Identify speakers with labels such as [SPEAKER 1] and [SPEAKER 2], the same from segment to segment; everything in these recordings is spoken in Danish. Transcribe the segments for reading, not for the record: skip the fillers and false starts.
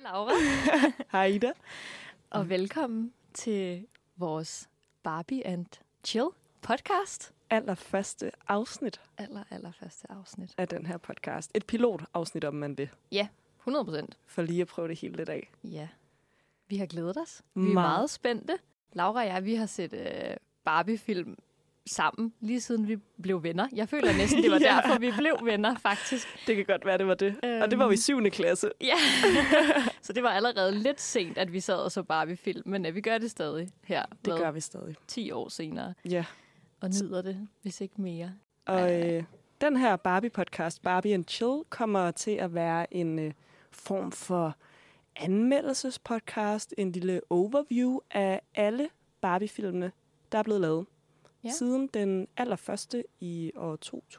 [SPEAKER 1] Laura.
[SPEAKER 2] Hej Ida.
[SPEAKER 1] Og velkommen til vores Barbie and Chill podcast.
[SPEAKER 2] Allerførste afsnit
[SPEAKER 1] Allerførste afsnit.
[SPEAKER 2] af den her podcast. Et pilotafsnit, om man vil.
[SPEAKER 1] Ja, 100%.
[SPEAKER 2] For lige at prøve det hele lidt af.
[SPEAKER 1] Ja, vi har glædet os. Vi er meget spændte. Laura og jeg, vi har set Barbie-film sammen, lige siden vi blev venner. Jeg føler næsten, det var derfor, vi blev venner, faktisk.
[SPEAKER 2] Det kan godt være, det var det. Og det var vi i 7. klasse.
[SPEAKER 1] Ja, så det var allerede lidt sent, at vi sad og så Barbie-film, men vi gør det stadig her.
[SPEAKER 2] Det gør vi stadig.
[SPEAKER 1] 10 år senere.
[SPEAKER 2] Ja.
[SPEAKER 1] Og nyder det, hvis ikke mere.
[SPEAKER 2] Og den her Barbie-podcast, Barbie and Chill, kommer til at være en form for anmeldelsespodcast, en lille overview af alle Barbie-filmene, der er blevet lavet. Ja. Siden den allerførste i år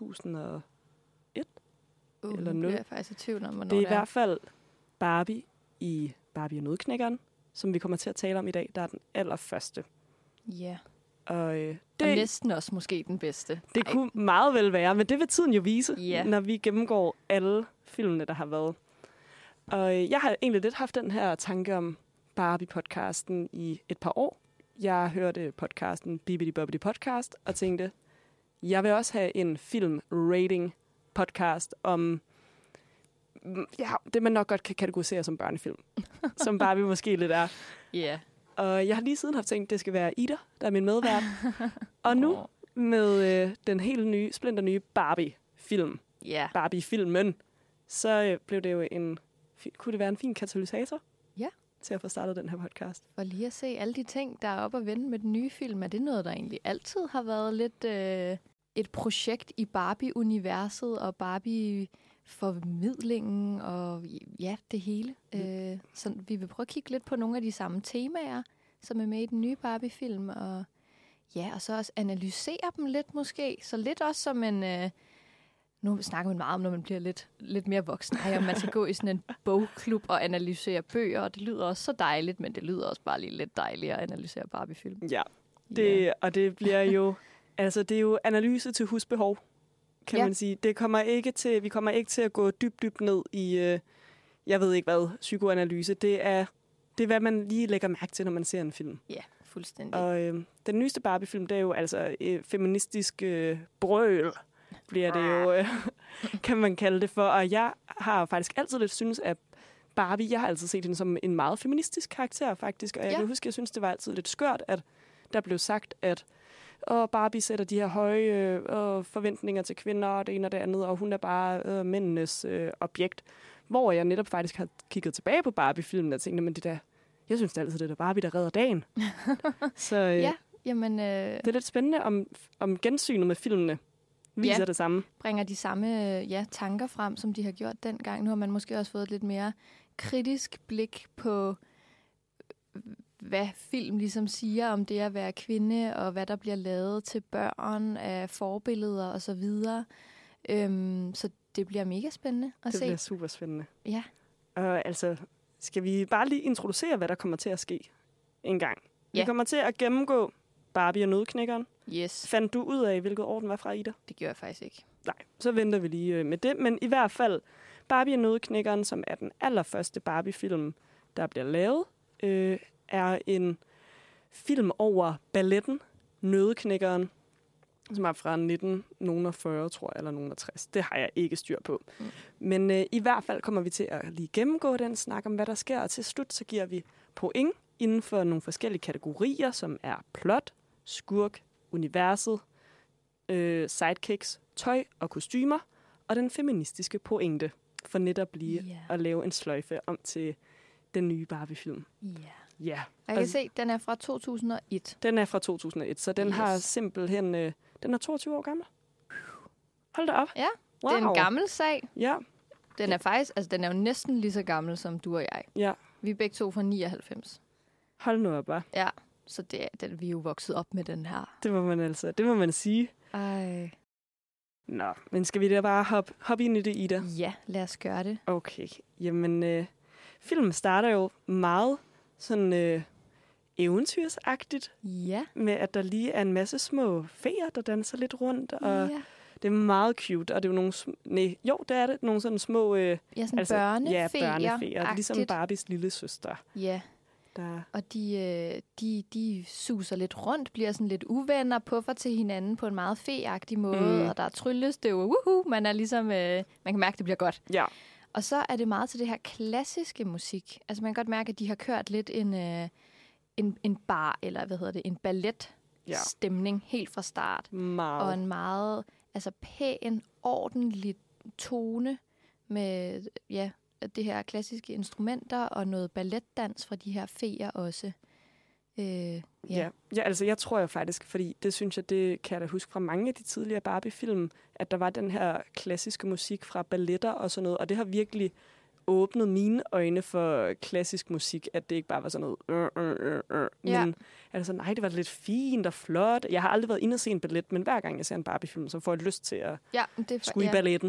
[SPEAKER 2] 2001. Eller 0.
[SPEAKER 1] Det er faktisk i tvivl om, hvornår
[SPEAKER 2] det er i hvert fald Barbie i Barbie og Nøddeknækkeren, som vi kommer til at tale om i dag. Der er den allerførste.
[SPEAKER 1] Ja.
[SPEAKER 2] Og
[SPEAKER 1] og næsten også måske den bedste.
[SPEAKER 2] Det kunne meget vel være, men det vil tiden jo vise, når vi gennemgår alle filmene, der har været. Og jeg har egentlig lidt haft den her tanke om Barbie-podcasten i et par år. Jeg hørte podcasten Bibbidi Bobbidi Podcast og tænkte, jeg vil også have en film-rating-podcast om det, man nok godt kan kategorisere som børnefilm. Som Barbie måske lidt er.
[SPEAKER 1] Ja. Yeah.
[SPEAKER 2] Og jeg har lige siden haft tænkt, det skal være Ida, der er min medvært. Og nu med den helt nye, splinter nye Barbie-film, Barbie-filmen, så blev det jo kunne det være en fin katalysator til at få startet den her podcast.
[SPEAKER 1] For lige at se alle de ting, der er oppe at vende med den nye film, er det noget, der egentlig altid har været lidt et projekt i Barbie-universet og Barbie-formidlingen og det hele. Så vi vil prøve at kigge lidt på nogle af de samme temaer, som er med i den nye Barbie-film, og så også analysere dem lidt måske. Så lidt også som en... Nu snakker man meget om, når man bliver lidt mere voksen. Om man skal gå i sådan en bogklub og analysere bøger, og det lyder også så dejligt, men det lyder også bare lige lidt dejligt at analysere Barbie-film.
[SPEAKER 2] Ja, og det bliver jo... altså, det er jo analyse til husbehov, kan man sige. Vi kommer ikke til at gå dybt ned i, jeg ved ikke hvad, psykoanalyse. Det er, hvad man lige lægger mærke til, når man ser en film.
[SPEAKER 1] Ja, fuldstændig.
[SPEAKER 2] Og den nyeste Barbie-film, det er jo altså feministisk brøl, bliver det jo, kan man kalde det for. Og jeg har faktisk altid lidt synes, at Barbie, jeg har altid set hende som en meget feministisk karakter, faktisk. Og jeg kan huske, jeg synes, det var altid lidt skørt, at der blev sagt, at Barbie sætter de her høje forventninger til kvinder, og det ene og det andet, og hun er bare mændenes objekt. Hvor jeg netop faktisk har kigget tilbage på Barbie-filmen og tænkt, men jeg synes det er altid, det er Barbie, der redder dagen. Så
[SPEAKER 1] jamen,
[SPEAKER 2] det er lidt spændende, om gensynet med filmene viser det samme.
[SPEAKER 1] Bringer de samme tanker frem, som de har gjort dengang. Nu har man måske også fået et lidt mere kritisk blik på, hvad film ligesom siger om det at være kvinde, og hvad der bliver lavet til børn af forbilleder og så videre. Så det bliver mega spændende at se.
[SPEAKER 2] Det bliver super spændende.
[SPEAKER 1] Ja.
[SPEAKER 2] Og altså, skal vi bare lige introducere, hvad der kommer til at ske en gang? Vi kommer til at gennemgå Barbie og Nøddeknækkeren.
[SPEAKER 1] Yes.
[SPEAKER 2] Fandt du ud af, hvilket år den var fra, Ida?
[SPEAKER 1] Det gjorde jeg faktisk ikke.
[SPEAKER 2] Nej, så venter vi lige med det. Men i hvert fald, Barbie og Nøddeknækkeren, som er den allerførste Barbie-film, der bliver lavet, er en film over balletten Nøddeknækkeren, som er fra 1940, tror jeg, eller 1960. Det har jeg ikke styr på. Men i hvert fald kommer vi til at lige gennemgå den, snakke om, hvad der sker, og til slut så giver vi point inden for nogle forskellige kategorier, som er plot, skurk, universet, sidekicks, tøj og kostymer, og den feministiske pointe, for netop lige at lave en sløjfe om til den nye Barbie-film. Ja.
[SPEAKER 1] Jeg kan se, den er fra 2001.
[SPEAKER 2] Den er fra 2001, så den har simpelthen... den er 22 år gammel. Hold da op.
[SPEAKER 1] Ja, wow. Det er en gammel sag.
[SPEAKER 2] Ja.
[SPEAKER 1] Den er faktisk... Altså, den er jo næsten lige så gammel som du og jeg.
[SPEAKER 2] Ja.
[SPEAKER 1] Vi er begge to fra 99.
[SPEAKER 2] Hold nu op, bare.
[SPEAKER 1] Ja, så vi er jo vokset op med den her.
[SPEAKER 2] Det må man sige.
[SPEAKER 1] Ej.
[SPEAKER 2] Nå, men skal vi da bare hoppe ind i det, Ida?
[SPEAKER 1] Ja, lad os gøre det.
[SPEAKER 2] Okay, jamen filmen starter jo meget sådan eventyrsagtigt.
[SPEAKER 1] Ja.
[SPEAKER 2] Med at der lige er en masse små feer, der danser lidt rundt. Og Det er meget cute, og det er jo nogle... det er det. Nogle sådan små...
[SPEAKER 1] Ja, sådan børnefeer.
[SPEAKER 2] Ja, børnefeer. Ligesom Barbies lille søster.
[SPEAKER 1] Ja.
[SPEAKER 2] Der...
[SPEAKER 1] Og de suser lidt rundt, bliver sådan lidt uvenner, puffer til hinanden på en meget feagtig måde, og der er tryllestøv, man er ligesom... man kan mærke, det bliver godt.
[SPEAKER 2] Ja.
[SPEAKER 1] Og så er det meget til det her klassiske musik. Altså man kan godt mærke, at de har kørt lidt en bar, eller en ballet-stemning helt fra start.
[SPEAKER 2] Meget.
[SPEAKER 1] Og en meget pæn, ordentlig tone med det her klassiske instrumenter og noget balletdans fra de her feer også.
[SPEAKER 2] Ja, altså jeg tror jo faktisk, fordi det synes jeg, det kan jeg da huske fra mange af de tidligere Barbie-film, at der var den her klassiske musik fra balletter og sådan noget, og det har virkelig åbnet mine øjne for klassisk musik, at det ikke bare var sådan noget men altså nej, det var lidt fint og flot. Jeg har aldrig været inde og se en ballet, men hver gang jeg ser en Barbie-film, så får jeg lyst til at skulle i balletten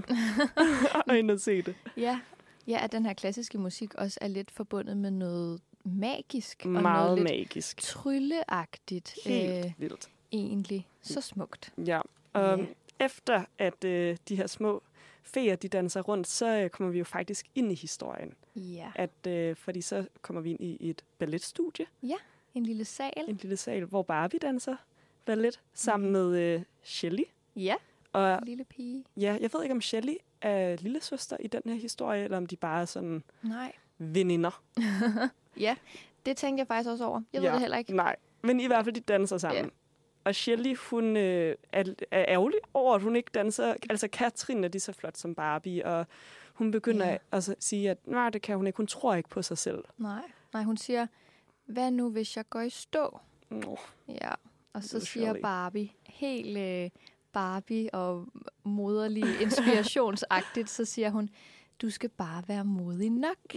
[SPEAKER 2] og ind og se det.
[SPEAKER 1] Ja, at den her klassiske musik også er lidt forbundet med noget magisk. Og
[SPEAKER 2] meget
[SPEAKER 1] noget
[SPEAKER 2] magisk.
[SPEAKER 1] Trylleagtigt.
[SPEAKER 2] Helt vildt.
[SPEAKER 1] Egentlig. Så smukt.
[SPEAKER 2] Ja. Efter at de her små feer, de danser rundt, så kommer vi jo faktisk ind i historien.
[SPEAKER 1] Ja.
[SPEAKER 2] Fordi så kommer vi ind i et balletstudie.
[SPEAKER 1] Ja, en lille sal.
[SPEAKER 2] En lille sal, hvor Barbie danser ballet sammen med Shelly.
[SPEAKER 1] Ja,
[SPEAKER 2] og
[SPEAKER 1] en lille pige.
[SPEAKER 2] Ja, jeg ved ikke, om Shelly er lille søster i den her historie, eller om de bare er sådan veninder.
[SPEAKER 1] Ja, det tænkte jeg faktisk også over. Jeg ved det heller ikke.
[SPEAKER 2] Nej, men i hvert fald, de danser sammen. Ja. Og Shelly, hun er ærgerlig over, at hun ikke danser. Altså, Katrin er lige så flot som Barbie, og hun begynder at sige, at nej, det kan hun ikke. Hun tror ikke på sig selv.
[SPEAKER 1] Nej, hun siger, hvad nu, hvis jeg går i stå? Ja, og så siger Barbie, helt Barbie og moderlig inspirationsagtigt, så siger hun, du skal bare være modig nok.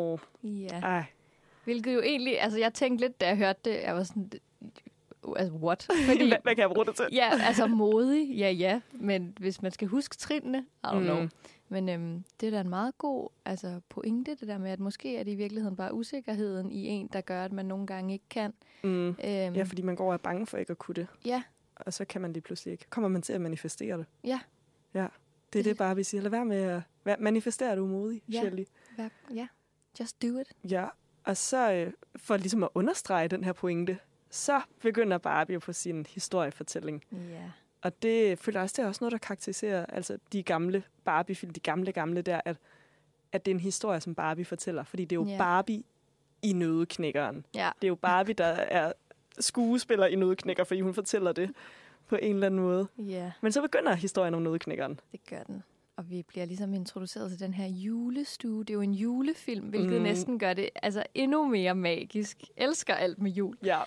[SPEAKER 1] Ja.
[SPEAKER 2] Ej.
[SPEAKER 1] Hvilket jo egentlig, altså jeg tænkte lidt, da jeg hørte det, jeg var sådan, altså what? Fordi,
[SPEAKER 2] hvad kan jeg bruge det til?
[SPEAKER 1] Ja, altså modig, ja, men hvis man skal huske trinene, I don't know. Men det er da en meget god pointe, det der med, at måske er det i virkeligheden bare usikkerheden i en, der gør, at man nogle gange ikke kan.
[SPEAKER 2] Ja, fordi man går og er bange for ikke at kunne det.
[SPEAKER 1] Ja.
[SPEAKER 2] Og så kan man lige pludselig ikke. Kommer man til at manifestere det.
[SPEAKER 1] Ja.
[SPEAKER 2] Ja, det er det bare, vi siger. Lad være med at manifestere, du modig, Shelly.
[SPEAKER 1] Ja, just do it.
[SPEAKER 2] Ja, og så for ligesom at understrege den her pointe, så begynder Barbie på sin historiefortælling.
[SPEAKER 1] Ja.
[SPEAKER 2] Og det føler også, det er også noget, der karakteriserer altså de gamle Barbie-film, de gamle der, at det er en historie, som Barbie fortæller. Fordi det er jo Barbie i Nøddeknækkeren.
[SPEAKER 1] Ja.
[SPEAKER 2] Det er jo Barbie, der er skuespiller i Nøddeknækker, fordi hun fortæller det på en eller anden måde.
[SPEAKER 1] Ja.
[SPEAKER 2] Men så begynder historien om Nøddeknækkeren.
[SPEAKER 1] Det gør den. Og vi bliver ligesom introduceret til den her julestue. Det er jo en julefilm, hvilket næsten gør det endnu mere magisk. Elsker alt med jul.
[SPEAKER 2] Ja.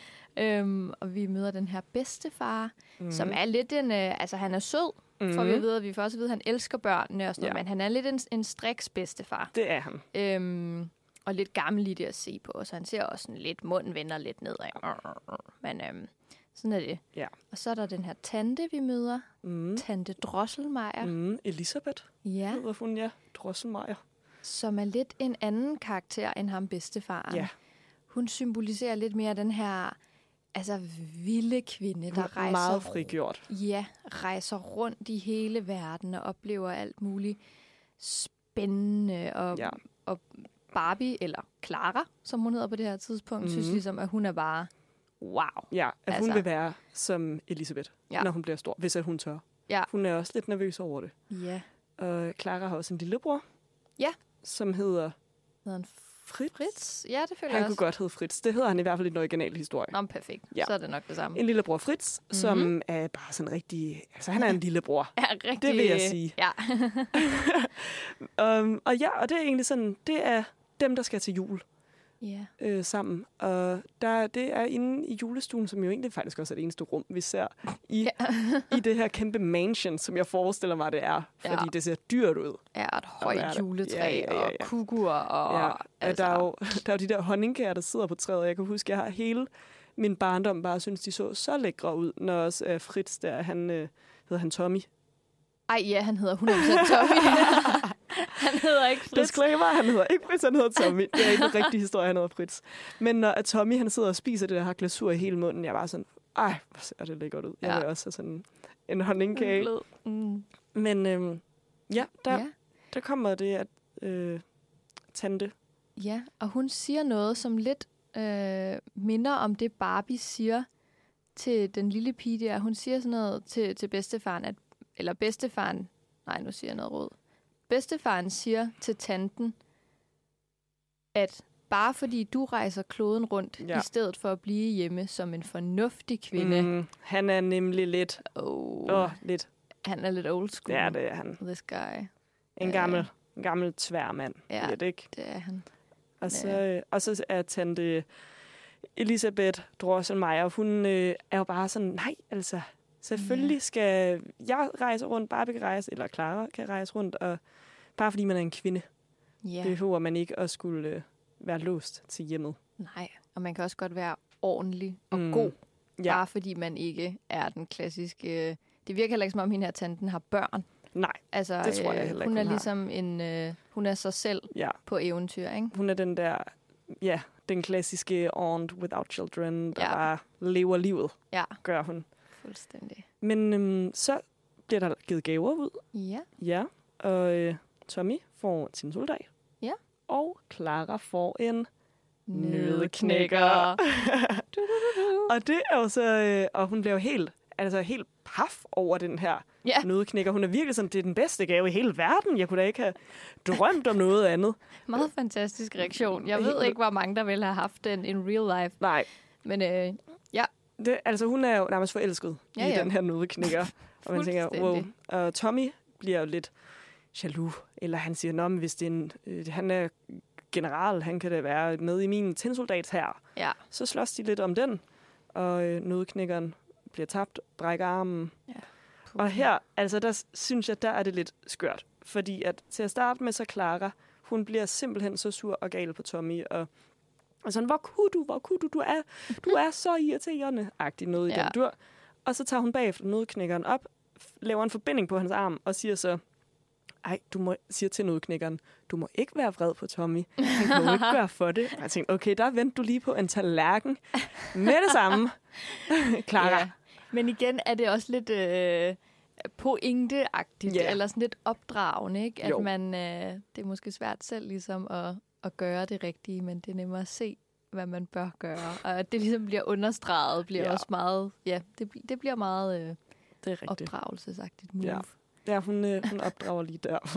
[SPEAKER 1] Og vi møder den her bedstefar, som er lidt en... han er sød, for vi får også at vide, at han elsker børnene og sådan noget, men han er lidt en striks bedstefar.
[SPEAKER 2] Det er han.
[SPEAKER 1] Og lidt gammel i det at se på, så han ser også sådan lidt, munden vender lidt nedad. Men sådan er det.
[SPEAKER 2] Ja.
[SPEAKER 1] Og så er der den her tante, vi møder. Tante Drosselmeier.
[SPEAKER 2] Elisabeth.
[SPEAKER 1] Ja.
[SPEAKER 2] Hedder hun, Drosselmeier.
[SPEAKER 1] Som er lidt en anden karakter end ham bedstefaren.
[SPEAKER 2] Ja.
[SPEAKER 1] Hun symboliserer lidt mere den her vilde kvinde, der rejser...
[SPEAKER 2] Meget frigjort.
[SPEAKER 1] Ja, rejser rundt i hele verden og oplever alt muligt spændende. Og Barbie, eller Clara, som hun hedder på det her tidspunkt, synes ligesom, at hun er bare wow.
[SPEAKER 2] Ja, at hun vil være som Elisabeth, når hun bliver stor, hvis hun tør.
[SPEAKER 1] Ja.
[SPEAKER 2] Hun er også lidt nervøs over det.
[SPEAKER 1] Ja.
[SPEAKER 2] Og Clara har også en lillebror, som hedder
[SPEAKER 1] Fritz? Ja, det føler jeg
[SPEAKER 2] Han
[SPEAKER 1] også.
[SPEAKER 2] kunne godt hedde Fritz. Det hedder han i hvert fald i den originale historie.
[SPEAKER 1] Nå, perfekt. Ja. Så er det nok det samme.
[SPEAKER 2] En lillebror Fritz, som er bare sådan rigtig... Altså, han er en lillebror.
[SPEAKER 1] Ja, rigtig.
[SPEAKER 2] Det vil jeg sige.
[SPEAKER 1] Ja.
[SPEAKER 2] Og det er egentlig sådan, det er dem, der skal til jul sammen. Og det er inde i julestuen, som jo egentlig faktisk også er det eneste rum, vi ser i det her kæmpe mansion, som jeg forestiller mig, det er. Fordi det ser dyrt ud.
[SPEAKER 1] Ja, et højt juletræ og kuguer. Og,
[SPEAKER 2] der er jo de der honningkær, der sidder på træet. Jeg kan huske, jeg har hele min barndom bare synes, de så lækre ud, når også Fritz der, hedder han Tommy.
[SPEAKER 1] Ej, ja, han hedder 100% Tommy. Han hedder ikke Fritz.
[SPEAKER 2] Disclaimer, han hedder ikke Fritz, han hedder Tommy. Det er ikke en rigtig historie, han hedder Fritz. Men når Tommy, han sidder og spiser det der har glasur i hele munden, jeg var sådan, ej, hvor ser det lækkert ud. Jeg
[SPEAKER 1] Ja.
[SPEAKER 2] vil også have sådan en honningkage. Men der kommer det, at tante...
[SPEAKER 1] Ja, og hun siger noget, som lidt minder om det, Barbie siger til den lille pige der. Hun siger sådan noget til bedstefaren, nu siger jeg noget råd. Bedstefaren siger til tanten, at bare fordi du rejser kloden rundt, i stedet for at blive hjemme som en fornuftig kvinde.
[SPEAKER 2] Han er nemlig lidt... lidt.
[SPEAKER 1] Han er lidt old school.
[SPEAKER 2] Ja, det er han.
[SPEAKER 1] This guy.
[SPEAKER 2] En gammel tværmand.
[SPEAKER 1] Ja,
[SPEAKER 2] det ikke?
[SPEAKER 1] Det er han.
[SPEAKER 2] Og så er tante Elisabeth Drosselmeyer, hun er jo bare sådan, nej, altså, selvfølgelig skal jeg rejse rundt, Barbie kan rejse, eller Clara kan rejse rundt, og bare fordi man er en kvinde, behøver man ikke at skulle være låst til hjemmet.
[SPEAKER 1] Nej, og man kan også godt være ordentlig og god, bare fordi man ikke er den klassiske... Det virker heller ikke, som om hende her tanten har børn.
[SPEAKER 2] Nej,
[SPEAKER 1] altså,
[SPEAKER 2] det tror jeg heller ikke,
[SPEAKER 1] hun er ligesom hun er sig selv på eventyr, ikke?
[SPEAKER 2] Hun er den der, den klassiske aunt without children, der bare lever livet, gør hun.
[SPEAKER 1] Fuldstændig.
[SPEAKER 2] Men så bliver der givet gaver ud.
[SPEAKER 1] Ja.
[SPEAKER 2] Ja, og Tommy får sin soldag.
[SPEAKER 1] Ja.
[SPEAKER 2] Og Clara får en nøddeknækker. Og det er jo så, og hun bliver jo helt paf over den her nøddeknækker. Hun er virkelig sådan, det er den bedste gave i hele verden. Jeg kunne da ikke have drømt om noget andet.
[SPEAKER 1] Meget fantastisk reaktion. Jeg ved ikke, hvor mange der ville have haft den in real life.
[SPEAKER 2] Nej.
[SPEAKER 1] Men
[SPEAKER 2] hun er jo nærmest forelsket i den her nøddeknækker. Og man tænker, wow. Og Tommy bliver jo lidt jaloux. Eller han siger, men hvis det er han er general, han kan da være med i min tinsoldat her.
[SPEAKER 1] Ja.
[SPEAKER 2] Så slås de lidt om den. Og nøddeknækkeren bliver tabt, brækker armen. Ja. Og her, altså der synes jeg, der er det lidt skørt. Fordi at til at starte med, så Clara, hun bliver simpelthen så sur og gal på Tommy. Og sådan, hvor kunne du, du er så irriterende-agtig noget i den dur. Og så tager hun bagefter nøddeknækkeren op, laver en forbinding på hans arm og siger så, siger til nøddeknækkeren, du må ikke være vred på Tommy. Han kan jo ikke gøre for det. Og jeg tænkte, okay, der venter du lige på en tallerken med det samme. Clara. Ja.
[SPEAKER 1] Men igen er det også lidt pointeagtigt, eller sådan lidt opdragende, ikke? At man, det er måske svært selv ligesom at gøre det rigtige, men det er nemmere at se, hvad man bør gøre. Og at det ligesom bliver understreget, bliver også meget, det bliver meget opdragelsesagtigt move.
[SPEAKER 2] Ja, hun opdrager lige der.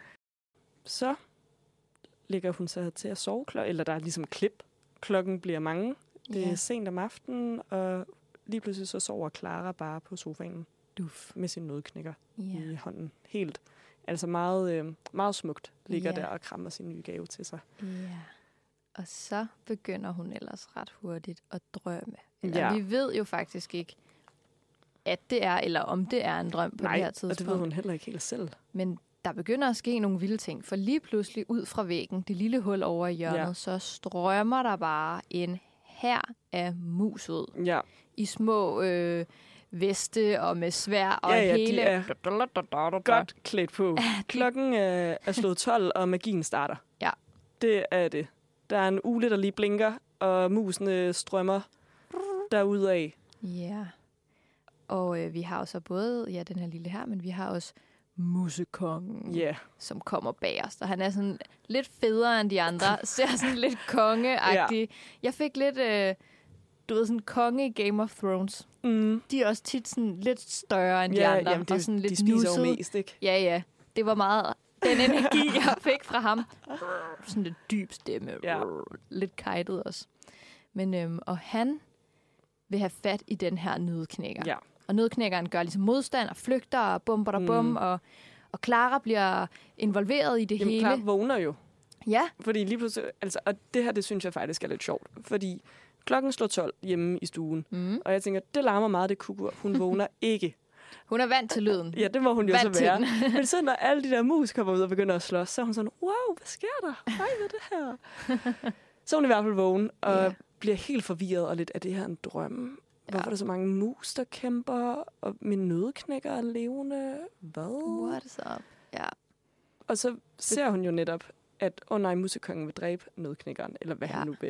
[SPEAKER 2] Så ligger hun sig til at sove, eller der er ligesom klip. Klokken bliver mange. Det er sent om aftenen, og lige pludselig så sover Clara bare på sofaen med sin nøddeknækker i hånden. Helt, altså meget, meget smukt ligger der og krammer sin nye gave til sig.
[SPEAKER 1] Ja. Og så begynder hun ellers ret hurtigt at drømme. Eller vi ved jo faktisk ikke, at det er, eller om det er en drøm på det her tidspunkt.
[SPEAKER 2] Nej, og det ved hun heller ikke helt selv.
[SPEAKER 1] Men der begynder at ske nogle vilde ting, for lige pludselig ud fra væggen, det lille hul over i hjørnet, så strømmer der bare en hær af mus ud. Ja. I små veste og med svær og hele...
[SPEAKER 2] de er godt klædt på. Klokken er slået 12, og magien starter. Ja. Det er det. Der er en ule, der lige blinker, og musene strømmer derudad.
[SPEAKER 1] Ja. Og vi har jo så både den her lille her, men vi har også Musekongen, som kommer bag os. Og han er sådan lidt federe end de andre. Ser sådan lidt kongeagtig. Jeg fik lidt, sådan konge i Game of Thrones. Mm. De er også tit sådan lidt større end de andre.
[SPEAKER 2] Jamen,
[SPEAKER 1] og sådan lidt
[SPEAKER 2] de spiser jo mest, ikke?
[SPEAKER 1] Ja. Det var meget den energi, jeg fik fra ham. Sådan lidt dyb stemme. Lidt kajtet også. Men, og han vil have fat i den her nøddeknækker. Ja. Og nøddeknækkeren gør ligesom modstand og flygter og bomber der bum, og Clara bliver involveret i det hele.
[SPEAKER 2] Clara vågner jo.
[SPEAKER 1] Ja.
[SPEAKER 2] Fordi lige pludselig, altså, og det her, det synes jeg faktisk er lidt sjovt, fordi klokken slår 12 hjemme i stuen, og jeg tænker, det larmer meget, det kukur. Hun vågner ikke.
[SPEAKER 1] Hun er vant til lyden.
[SPEAKER 2] Ja, det må hun jo så være. Men så når alle de der mus kommer ud og begynder at slås, så er hun sådan, wow, hvad sker der? Hvad er det her? Så hun i hvert fald vågen og bliver helt forvirret og lidt, er det her en drøm? Hvorfor er der så mange mus, der kæmper, og min nøddeknækker er levende? Hvad?
[SPEAKER 1] What's up? Ja.
[SPEAKER 2] Og så ser hun jo netop, at, nej, Musekongen vil dræbe nøddeknækkeren, eller hvad han nu vil.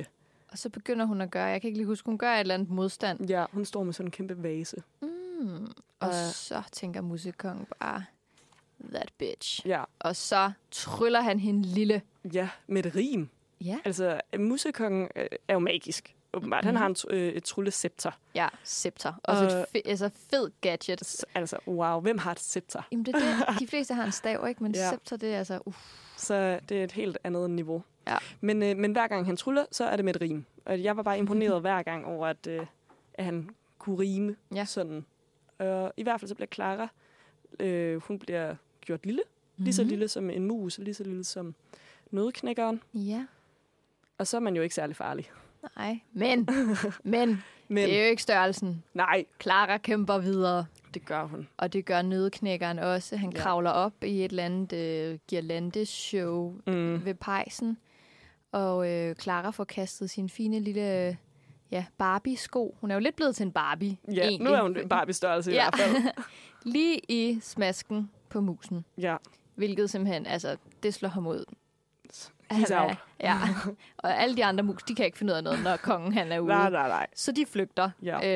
[SPEAKER 1] Og så begynder hun at gøre, jeg kan ikke lige huske, hun gør et eller andet modstand.
[SPEAKER 2] Ja, hun står med sådan en kæmpe vase.
[SPEAKER 1] Og så tænker musikkongen bare, that bitch.
[SPEAKER 2] Ja.
[SPEAKER 1] Og så tryller han hende lille.
[SPEAKER 2] Ja, med et rim.
[SPEAKER 1] Ja.
[SPEAKER 2] Altså, musikkongen er jo magisk, åbenbart. Han har et tryllescepter.
[SPEAKER 1] Ja, scepter. Også et fed gadget.
[SPEAKER 2] Altså, wow, hvem har et scepter?
[SPEAKER 1] Jamen, det er det. De fleste har en stav, ikke? Men scepter, det er altså...
[SPEAKER 2] Så det er et helt andet niveau.
[SPEAKER 1] Ja.
[SPEAKER 2] Men hver gang han tryller, så er det med et rim. Og jeg var bare imponeret hver gang over, at han kunne rime sådan. I hvert fald så bliver Clara, hun bliver gjort lille. Lige så lille som en mus, lige så lille som nødknækkeren.
[SPEAKER 1] Ja.
[SPEAKER 2] Og så er man jo ikke særlig farlig.
[SPEAKER 1] Nej, men det er jo ikke størrelsen.
[SPEAKER 2] Nej.
[SPEAKER 1] Clara kæmper videre.
[SPEAKER 2] Det gør hun.
[SPEAKER 1] Og det gør nødknækkeren også. Han kravler op i et eller andet girlandeshow ved pejsen. Og Clara får kastet sin fine lille Barbie-sko. Hun er jo lidt blevet til en Barbie.
[SPEAKER 2] Ja, egentlig. Nu er hun en Barbie-størrelse i hvert fald.
[SPEAKER 1] Lige i smasken på musen.
[SPEAKER 2] Ja.
[SPEAKER 1] Hvilket simpelthen, altså, det slår ham ud.
[SPEAKER 2] He's out.
[SPEAKER 1] Ja, og alle de andre mus, de kan ikke finde ud af noget, når kongen han er ude.
[SPEAKER 2] Nej.
[SPEAKER 1] Så de flygter.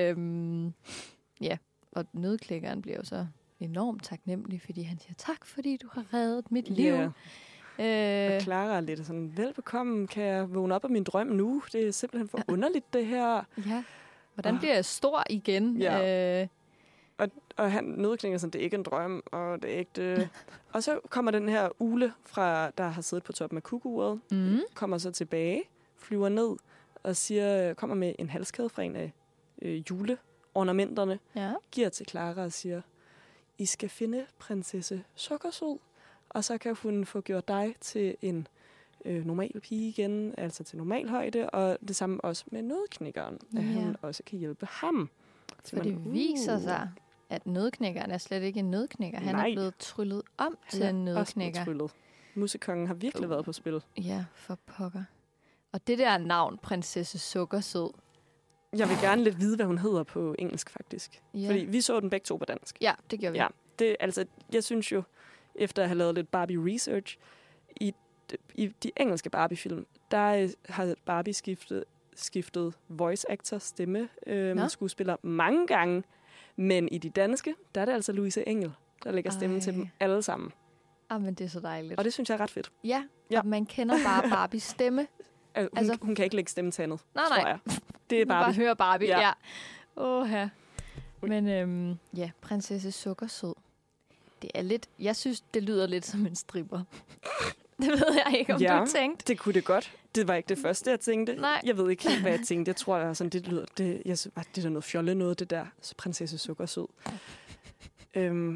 [SPEAKER 2] Ja.
[SPEAKER 1] Og nødklækkeren bliver jo så enormt taknemmelig, fordi han siger, tak fordi du har reddet mit liv.
[SPEAKER 2] Og Clara er lidt sådan, velbekomme, kan jeg vågne op af min drøm nu? Det er simpelthen for underligt, det her.
[SPEAKER 1] Ja, hvordan bliver jeg stor igen?
[SPEAKER 2] Ja. Og han nødklinger sådan, det er ikke en drøm, og det er ikke... Og så kommer den her ugle, der har siddet på toppen af kukuret, kommer så tilbage, flyver ned og kommer med en halskæde fra en af juleornamenterne, giver til Clara og siger, I skal finde prinsesse Sukkersød, og så kan hun få gjort dig til en normal pige igen, altså til normal højde, og det samme også med nødknækkeren, at han også kan hjælpe ham.
[SPEAKER 1] For det viser sig, at nødknækkeren er slet ikke en nødknækker. Han er blevet tryllet om til en nødknækker.
[SPEAKER 2] Musikkongen har virkelig været på spil.
[SPEAKER 1] Ja, for pokker. Og det der navn, prinsesse Sukkersød.
[SPEAKER 2] Jeg vil gerne lidt vide, hvad hun hedder på engelsk, faktisk. Ja. Fordi vi så den begge to på dansk.
[SPEAKER 1] Ja, det gjorde vi.
[SPEAKER 2] Ja, jeg synes jo, efter at have lavet lidt Barbie-research, i de engelske Barbie-film, der har Barbie skiftet voice actor, stemme, skuespiller mange gange. Men i de danske, der er det altså Louise Engel, der lægger stemmen til dem alle sammen.
[SPEAKER 1] Men det er så dejligt.
[SPEAKER 2] Og det synes jeg er ret fedt.
[SPEAKER 1] Ja, og man kender bare Barbies stemme.
[SPEAKER 2] Hun kan ikke lægge stemme til andet,
[SPEAKER 1] tror
[SPEAKER 2] jeg. Det er Barbie.
[SPEAKER 1] Bare høre Barbie, ja. Men prinsesse Sukkersød. Det er lidt... Jeg synes, det lyder lidt som en stripper. Det ved jeg ikke, om du tænkte.
[SPEAKER 2] Det kunne det godt. Det var ikke det første, jeg tænkte.
[SPEAKER 1] Nej.
[SPEAKER 2] Jeg ved ikke helt, hvad jeg tænkte. Jeg tror, det er sådan, det lyder... Det er der noget fjolle noget, det der prinsesse Sukkersød. Men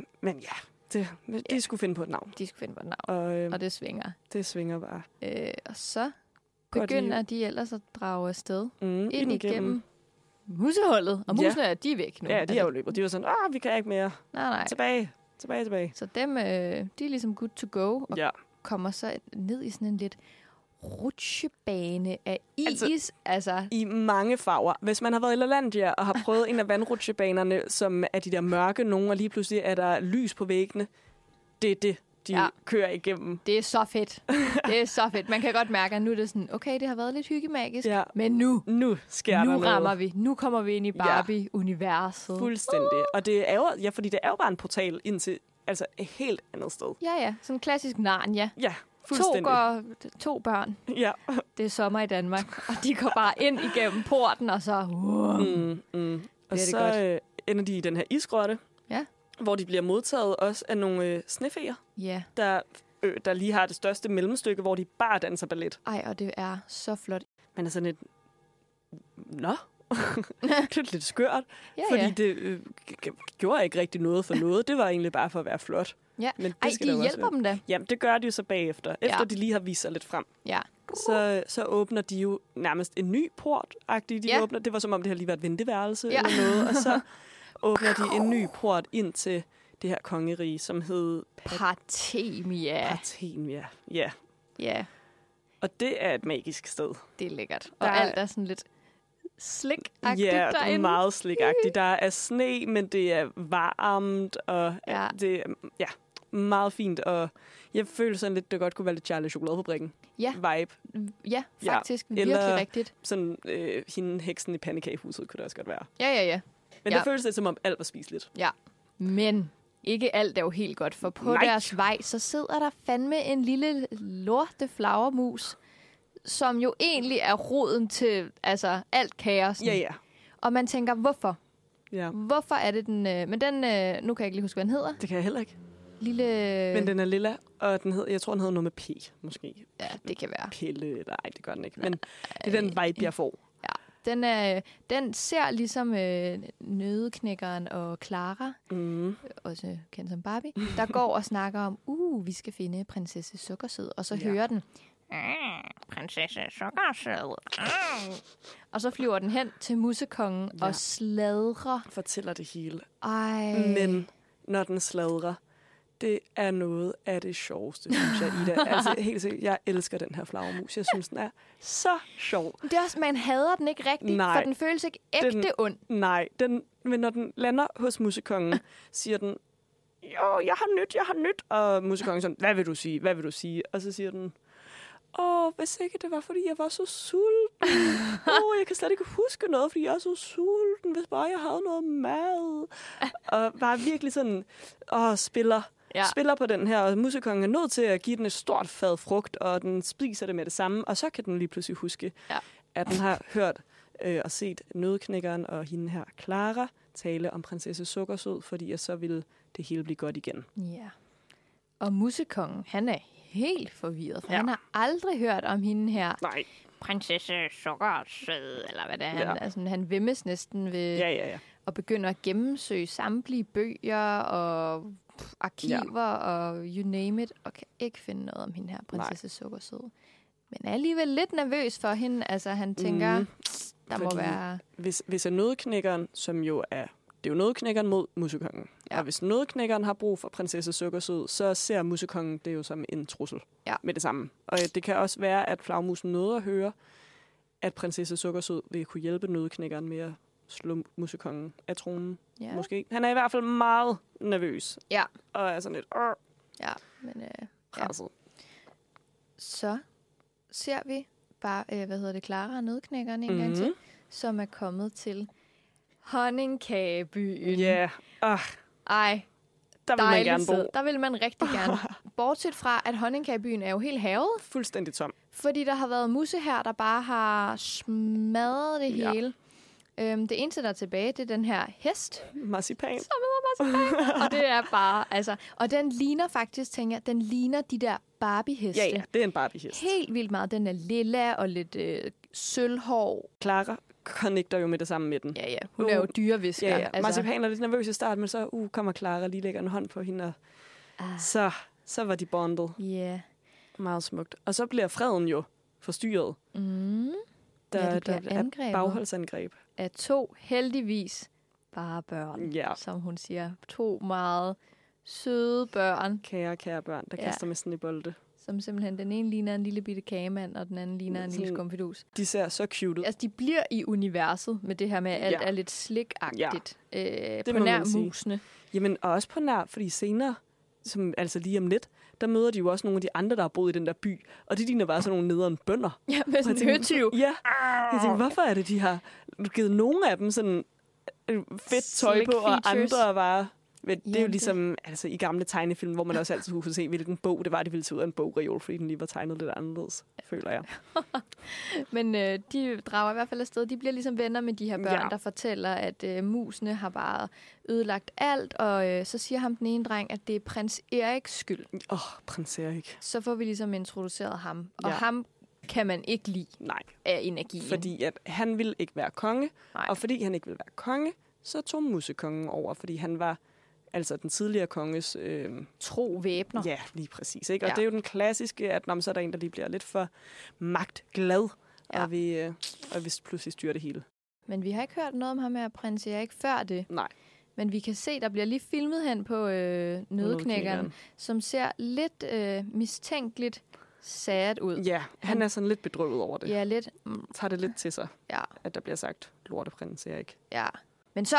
[SPEAKER 2] de skulle finde på et navn.
[SPEAKER 1] De skulle finde på et navn, og det svinger.
[SPEAKER 2] Det svinger bare.
[SPEAKER 1] Og så begynder de ellers at drage afsted ind igennem musehullet. Og musene, de er væk nu.
[SPEAKER 2] Ja, de er jo løbet. De var sådan, vi kan ikke mere.
[SPEAKER 1] Nej.
[SPEAKER 2] Tilbage.
[SPEAKER 1] Så dem, de er ligesom good to go, og kommer så ned i sådan en lidt rutsjebane af is. Altså
[SPEAKER 2] i mange farver. Hvis man har været i LaLandia og har prøvet en af vandrutsjebanerne, som er de der mørke nogle, og lige pludselig er der lys på væggene, det er det, de kører igennem.
[SPEAKER 1] Det er så fedt. Det er så fedt. Man kan godt mærke, at nu er det sådan, okay, det har været lidt hyggemagisk, men nu
[SPEAKER 2] sker der noget.
[SPEAKER 1] Nu rammer vi. Nu kommer vi ind i Barbie-universet.
[SPEAKER 2] Fuldstændig. Og det er jo, fordi det er jo bare en portal ind til et helt andet sted.
[SPEAKER 1] Ja. Sådan en klassisk Narnia.
[SPEAKER 2] Ja, fuldstændig.
[SPEAKER 1] To børn.
[SPEAKER 2] Ja.
[SPEAKER 1] Det er sommer i Danmark. Og de går bare ind igennem porten, og så...
[SPEAKER 2] Og så ender de i den her isgrotte.
[SPEAKER 1] Ja.
[SPEAKER 2] Hvor de bliver modtaget også af nogle snefeer, der lige har det største mellemstykke, hvor de bare danser ballet.
[SPEAKER 1] Og det er så flot.
[SPEAKER 2] Man er sådan et... Nå? Det er lidt skørt, fordi det gjorde ikke rigtig noget for noget. Det var egentlig bare for at være flot.
[SPEAKER 1] Ja.
[SPEAKER 2] Men
[SPEAKER 1] det de hjælper dem da.
[SPEAKER 2] Jamen, det gør de jo så bagefter. Efter de lige har vist sig lidt frem.
[SPEAKER 1] Ja.
[SPEAKER 2] Så åbner de jo nærmest en ny port-agtigt. Det var som om, det har lige været et venteværelse eller noget. Og så åbner de en ny port ind til det her kongerige, som hed...
[SPEAKER 1] Parthenia,
[SPEAKER 2] ja. Og det er et magisk sted.
[SPEAKER 1] Det er lækkert. Og alt er sådan lidt slik-agtigt derinde.
[SPEAKER 2] Ja, meget slik-agtigt. Der er sne, men det er varmt, og meget fint, og jeg føler sådan lidt, det godt kunne være lidt Charlie Chokoladefabrikken vibe.
[SPEAKER 1] Ja, faktisk.
[SPEAKER 2] Ja.
[SPEAKER 1] Virkelig
[SPEAKER 2] Eller
[SPEAKER 1] rigtigt.
[SPEAKER 2] Sådan hende heksen i pandekagehuset kunne det også godt være.
[SPEAKER 1] Ja.
[SPEAKER 2] Men det føles lidt som om alt var spiseligt.
[SPEAKER 1] Ja, men ikke alt er jo helt godt, for på deres vej, så sidder der fandme en lille lorte flagermus, som jo egentlig er roden til alt kaos.
[SPEAKER 2] Ja.
[SPEAKER 1] Og man tænker, hvorfor?
[SPEAKER 2] Ja.
[SPEAKER 1] Hvorfor er det den... Men den... nu kan jeg ikke lige huske, hvad den hedder.
[SPEAKER 2] Det kan jeg heller ikke.
[SPEAKER 1] Lille...
[SPEAKER 2] Men den er lilla, og jeg tror, den hedder noget med P, måske.
[SPEAKER 1] Ja, det kan være.
[SPEAKER 2] Pille, nej, det gør den ikke. Men det er den vibe, jeg får.
[SPEAKER 1] Ja, den ser ligesom Nøddeknækkeren og Clara, også kendt som Barbie, der går og snakker om, vi skal finde prinsesse Sukkersød, og så hører den, prinsesse Sukkersød. Og så flyver den hen til musekongen og sladrer.
[SPEAKER 2] Fortæller det hele.
[SPEAKER 1] Ej.
[SPEAKER 2] Men når den sladrer, det er noget af det sjoveste, synes jeg, Ida. Altså, helt sikkert, jeg elsker den her flagermus. Jeg synes, den er så sjov.
[SPEAKER 1] Det er også, man hader den ikke rigtigt, for den føles ikke ægte ond.
[SPEAKER 2] Nej, men når den lander hos musekongen, siger den, jo, jeg har nyt. Og musekongen sådan, hvad vil du sige? Og så siger den, hvis ikke det var, fordi jeg var så sulten. Jeg kan slet ikke huske noget, fordi jeg er så sulten, hvis bare jeg havde noget mad. Og bare virkelig sådan, spiller på den her, og musekongen er nødt til at give den et stort fad frugt, og den spiser det med det samme, og så kan den lige pludselig huske, at den har hørt og set Nøddeknækkeren og hende her, Clara, tale om prinsesse Sukkersød, fordi så ville det hele blive godt igen.
[SPEAKER 1] Ja. Og musekongen, han er helt forvirret, for han har aldrig hørt om hende her.
[SPEAKER 2] Nej.
[SPEAKER 1] Prinsesse Sukkersød, eller hvad det er. Han vemmes næsten ved at begynde at gennemsøge samtlige bøger og arkiver og you name it, og kan ikke finde noget om hende her, prinsesse Sukkersød. Men er alligevel lidt nervøs for hende. Altså, han tænker, der må være...
[SPEAKER 2] Hvis Nøddeknækkeren, som jo er... Det er jo Nøddeknækkeren mod musekongen. Ja. Og hvis Nøddeknækkeren har brug for prinsesse Sukkersød, så ser musekongen det jo som en trussel med det samme. Og det kan også være, at flagmusen nåede at høre, at prinsesse Sukkersød vil kunne hjælpe Nøddeknækkeren med at slå musekongen af tronen. Ja. Måske. Han er i hvert fald meget nervøs. Ja. Og er sådan lidt...
[SPEAKER 1] Ja, men...
[SPEAKER 2] presset.
[SPEAKER 1] Så ser vi bare, Clara og Nøddeknækkeren en gang til, som er kommet til Honningkagebyen.
[SPEAKER 2] Ja.
[SPEAKER 1] Ej,
[SPEAKER 2] der vil man gerne bo.
[SPEAKER 1] Der vil man rigtig gerne. Bortset fra, at Honningkagebyen er jo helt havet.
[SPEAKER 2] Fuldstændig tom.
[SPEAKER 1] Fordi der har været musse her, der bare har smadret det hele. Det eneste, der er tilbage, det er den her hest.
[SPEAKER 2] Marcipan.
[SPEAKER 1] Som hedder Marcipan. Og det er bare, og den ligner faktisk, tænker jeg, den ligner de der Barbie-heste.
[SPEAKER 2] Ja, det er en Barbie-hest.
[SPEAKER 1] Helt vildt meget. Den er lilla og lidt sølvhår.
[SPEAKER 2] Clara connecter jo med det samme med den.
[SPEAKER 1] Ja. Hun er jo dyrevisker.
[SPEAKER 2] Ja. Marcipan er lidt nervøs i starten, men så kommer Clara lige lægger en hånd på hende, og så var de bondet.
[SPEAKER 1] Ja.
[SPEAKER 2] Meget smukt. Og så bliver freden jo forstyrret. Der er bagholdsangreb.
[SPEAKER 1] Af 2 heldigvis bare børn, som hun siger. 2 meget søde børn.
[SPEAKER 2] Kære børn, der kaster med sådan i bolde.
[SPEAKER 1] Som simpelthen, den ene ligner en lille bitte kagemand, og den anden ligner en lille skumfidus.
[SPEAKER 2] De ser så cute ud.
[SPEAKER 1] Altså, de bliver i universet med det her med, at alt er lidt slikagtigt.
[SPEAKER 2] Det
[SPEAKER 1] på nær musene.
[SPEAKER 2] Jamen, og også på nær, fordi senere, som altså lige om lidt, der møder de jo også nogle af de andre, der har boet i den der by. Og de ligner bare sådan nogle nederen bønder.
[SPEAKER 1] Ja, med sådan en høtyv.
[SPEAKER 2] Ja. Jeg tænker, hvorfor er det, de har givet nogle af dem sådan fedt tøj på, og andre var... Det er jo ligesom altså, i gamle tegnefilm, hvor man også altid kunne se, hvilken bog det var, de ville tage ud af en bogreol, fordi den lige var tegnet lidt anderledes, føler jeg.
[SPEAKER 1] Men de drager i hvert fald afsted. De bliver ligesom venner med de her børn, der fortæller, at musene har bare ødelagt alt, og så siger ham den ene dreng, at det er prins Eriks skyld.
[SPEAKER 2] Prins Erik.
[SPEAKER 1] Så får vi ligesom introduceret ham, og ham kan man ikke lide af energien.
[SPEAKER 2] Fordi at han ville ikke være konge, og fordi han ikke ville være konge, så tog musekongen over, fordi han var altså den tidligere konges...
[SPEAKER 1] tro væbner.
[SPEAKER 2] Ja, lige præcis. Ikke? Og det er jo den klassiske, at så er der en, der lige bliver lidt for magtglad, og vi pludselig styrer det hele. Men
[SPEAKER 1] vi har ikke hørt noget om ham her, prins Erik, før det.
[SPEAKER 2] Nej.
[SPEAKER 1] Men vi kan se, der bliver lige filmet hen på Nøddeknækkeren, som ser lidt mistænkeligt sad ud.
[SPEAKER 2] Ja, han er sådan lidt bedrøvet over det.
[SPEAKER 1] Ja, lidt.
[SPEAKER 2] Tager det lidt til sig, at der bliver sagt lorteprins Erik.
[SPEAKER 1] Ja, men så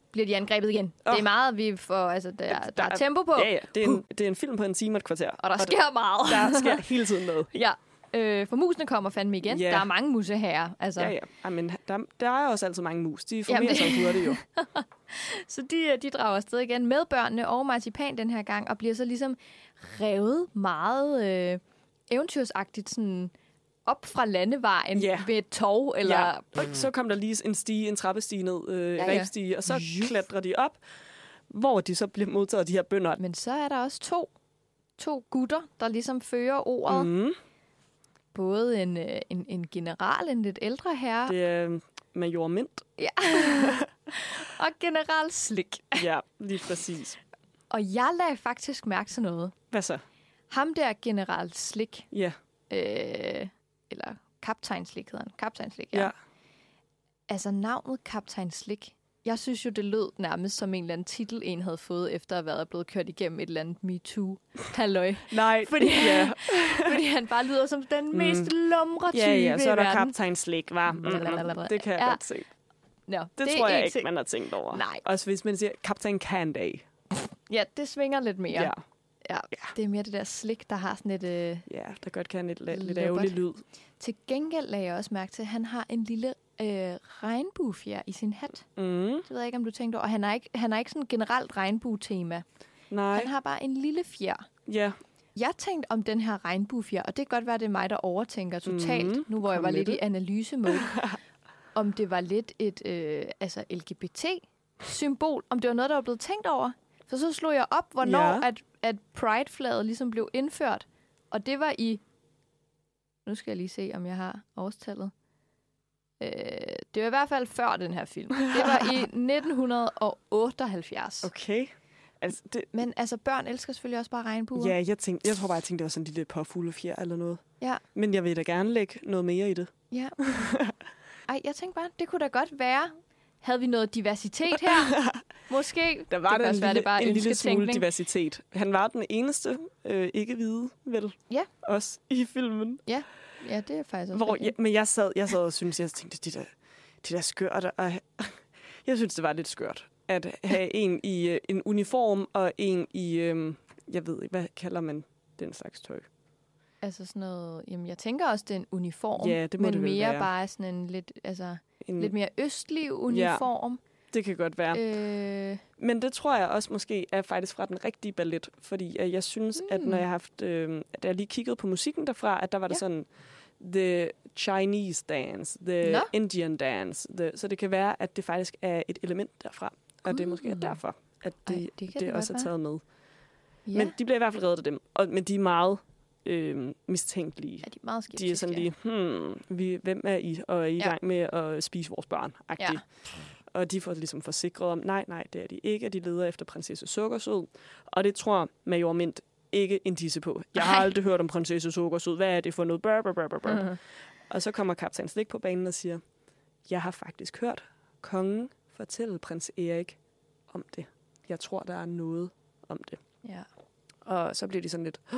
[SPEAKER 1] bliver de angrebet igen. Det er meget, vi får, altså, der er tempo på.
[SPEAKER 2] Ja. Det er en film på en time og et kvarter.
[SPEAKER 1] Og der sker meget.
[SPEAKER 2] Der sker hele tiden noget.
[SPEAKER 1] Ja. For musene kommer fandme igen.
[SPEAKER 2] Ja.
[SPEAKER 1] Der er mange museherrer. Altså.
[SPEAKER 2] Ja. Men der er også altid mange mus. De formerer sig hurtigt jo.
[SPEAKER 1] Så de drager afsted igen med børnene og marcipan den her gang, og bliver så ligesom revet meget eventyrsagtigt sådan op fra landevejen ved et tov. Eller...
[SPEAKER 2] Ja. Så kom der lige en trappestige ned, ræbstige, og så klatrer de op, hvor de så bliver modtaget af de her bønder.
[SPEAKER 1] Men så er der også to gutter, der ligesom fører ordet.
[SPEAKER 2] Mm.
[SPEAKER 1] Både en general, en lidt ældre herre.
[SPEAKER 2] Det er major Mint.
[SPEAKER 1] Ja. Og general Slik.
[SPEAKER 2] Ja, lige præcis.
[SPEAKER 1] Og jeg lagde faktisk mærke til noget.
[SPEAKER 2] Hvad så?
[SPEAKER 1] Ham der general Slik.
[SPEAKER 2] Ja.
[SPEAKER 1] Eller kaptajn Slik hedder han. Kaptajn Slik,
[SPEAKER 2] ja.
[SPEAKER 1] Altså navnet kaptajn Slik. Jeg synes jo, det lød nærmest som en eller anden titel, en havde fået, efter at have været blevet kørt igennem et eller andet MeToo-halløj.
[SPEAKER 2] Nej,
[SPEAKER 1] fordi han bare lyder som den mest lumre type
[SPEAKER 2] Ja, så er der
[SPEAKER 1] i verden.
[SPEAKER 2] kaptajn Slik, var. Det kan jeg godt se.
[SPEAKER 1] No,
[SPEAKER 2] det tror jeg ikke, man har tænkt over.
[SPEAKER 1] Nej.
[SPEAKER 2] Også hvis man siger kaptajn Canday.
[SPEAKER 1] Ja, det svinger lidt mere.
[SPEAKER 2] Ja.
[SPEAKER 1] Det er mere det der Slik, der har sådan et...
[SPEAKER 2] Ja, der godt kan lidt ærgerlig lyd.
[SPEAKER 1] Til gengæld lagde jeg også mærke til, at han har en lille regnbuefjer i sin hat.
[SPEAKER 2] Mm.
[SPEAKER 1] Det ved jeg ikke, om du tænkte over. Han er ikke sådan generelt regnbue-tema.
[SPEAKER 2] Nej.
[SPEAKER 1] Han har bare en lille fjer.
[SPEAKER 2] Ja.
[SPEAKER 1] Jeg tænkte om den her regnbuefjer, og det kan godt være, det er mig, der overtænker totalt, nu hvor jeg var lidt i analysemode, om det var lidt et LGBT-symbol, om det var noget, der var blevet tænkt over. For så slog jeg op, hvornår at Pride-flaget ligesom blev indført. Og det var i... Nu skal jeg lige se, om jeg har årstallet. Det var i hvert fald før den her film. Det var i 1978.
[SPEAKER 2] Okay.
[SPEAKER 1] Men børn elsker selvfølgelig også bare regnbuer.
[SPEAKER 2] Ja, jeg tror bare, det var sådan en lille påfuglefjer eller noget.
[SPEAKER 1] Ja.
[SPEAKER 2] Men jeg vil da gerne lægge noget mere i det.
[SPEAKER 1] Ja. Ej, jeg tænkte bare, det kunne da godt være. Havde vi noget diversitet her? Måske.
[SPEAKER 2] Der var
[SPEAKER 1] en
[SPEAKER 2] lille smule diversitet. Han var den eneste ikke-hvide, vel?
[SPEAKER 1] Ja.
[SPEAKER 2] Også i filmen.
[SPEAKER 1] Ja, det er faktisk også
[SPEAKER 2] men jeg sad og syntes, jeg tænkte, det der skørt. Og jeg synes, det var lidt skørt. At have en i en uniform, og en i, jeg ved ikke, hvad kalder man den slags tøj?
[SPEAKER 1] Altså sådan noget, jamen jeg tænker også, det er en uniform.
[SPEAKER 2] Ja, det må
[SPEAKER 1] men
[SPEAKER 2] det vel
[SPEAKER 1] mere
[SPEAKER 2] være.
[SPEAKER 1] bare sådan en lidt, lidt mere østlig uniform.
[SPEAKER 2] Ja, det kan godt være. Men det tror jeg også måske er faktisk fra den rigtige ballet, fordi jeg synes, at når jeg har haft, da jeg lige kiggede på musikken derfra, at der var det sådan, the Chinese dance, the Indian dance. Så det kan være, at det faktisk er et element derfra. Og det er måske derfor, at det også er taget med. Ja. Men de bliver i hvert fald reddet af dem. Men de er meget mistænkelige.
[SPEAKER 1] Ja, de er meget skeptiske.
[SPEAKER 2] De er sådan lige, hvem er I? Og er I i gang med at spise vores børn? Ja. Og de får ligesom forsikret om, nej, det er de ikke. Og de leder efter prinsesse Sukkersød. Og det tror major Mint ikke en disse på. Jeg har aldrig hørt om prinsesse Sukkersød. Hvad er det for noget? Uh-huh. Og så kommer kaptajn Slik på banen og siger, jeg har faktisk hørt kongen fortælle prins Erik om det. Jeg tror, der er noget om det.
[SPEAKER 1] Ja.
[SPEAKER 2] Og så bliver de sådan lidt,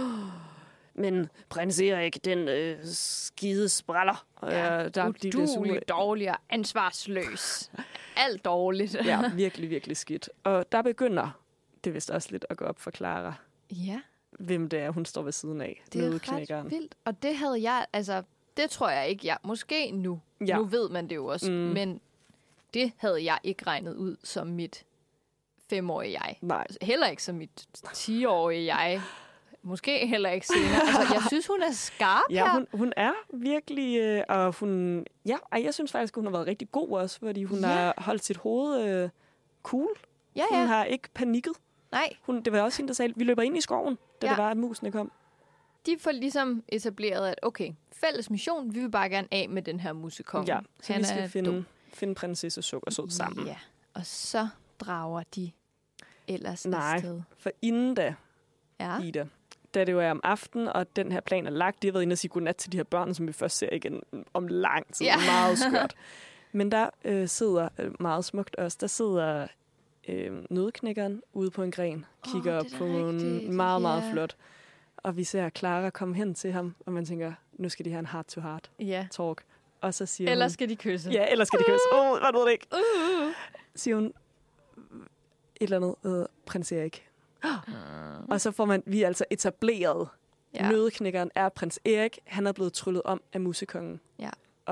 [SPEAKER 2] men prins Erik, den skide spræller.
[SPEAKER 1] Uduelig, dårlig og ansvarsløs. Alt dårligt.
[SPEAKER 2] Ja, virkelig, virkelig skidt. Og der begynder det vist også lidt at gå op for Clara.
[SPEAKER 1] Ja.
[SPEAKER 2] Hvem det er, hun står ved siden af.
[SPEAKER 1] Det er ret vildt. Og det havde jeg, det tror jeg ikke, måske nu. Ja. Nu ved man det jo også. Men det havde jeg ikke regnet ud som mit 5-årige jeg.
[SPEAKER 2] Nej.
[SPEAKER 1] Heller ikke som mit 10-årige jeg. Måske heller ikke senere. Jeg synes, hun er skarp her.
[SPEAKER 2] Hun er virkelig, og hun... Ja, jeg synes faktisk, hun har været rigtig god også, fordi hun har holdt sit hoved cool.
[SPEAKER 1] Ja.
[SPEAKER 2] Hun har ikke panikket.
[SPEAKER 1] Nej.
[SPEAKER 2] Det var også hende, der sagde, vi løber ind i skoven, da det var, at musene kom.
[SPEAKER 1] De får ligesom etableret, at okay, fælles mission, vi vil bare gerne af med den her musekonge.
[SPEAKER 2] Ja, så vi skal finde prinsesse Sukkersød sammen.
[SPEAKER 1] Ja, og så drager de ellers afsted.
[SPEAKER 2] For inden da, Ida, da det jo er om aftenen, og den her plan er lagt, de har været inde og sige godnat til de her børn, som vi først ser igen om lang tid. Ja. Meget skørt. Men der sidder meget smukt også, der sidder nødknækkeren ude på en gren, kigger op på en meget, meget flot. Og vi ser Clara komme hen til ham, og man tænker, nu skal de have en heart-to-heart talk. Og så siger
[SPEAKER 1] Eller skal de kysse.
[SPEAKER 2] Ja, eller skal de kysse. Var det ikke? Siger hun, eller andet, prins Erik. Og så får vi altså etableret, nødeknækkeren er prins Erik. Han er blevet tryllet om af musekongen.
[SPEAKER 1] Ja.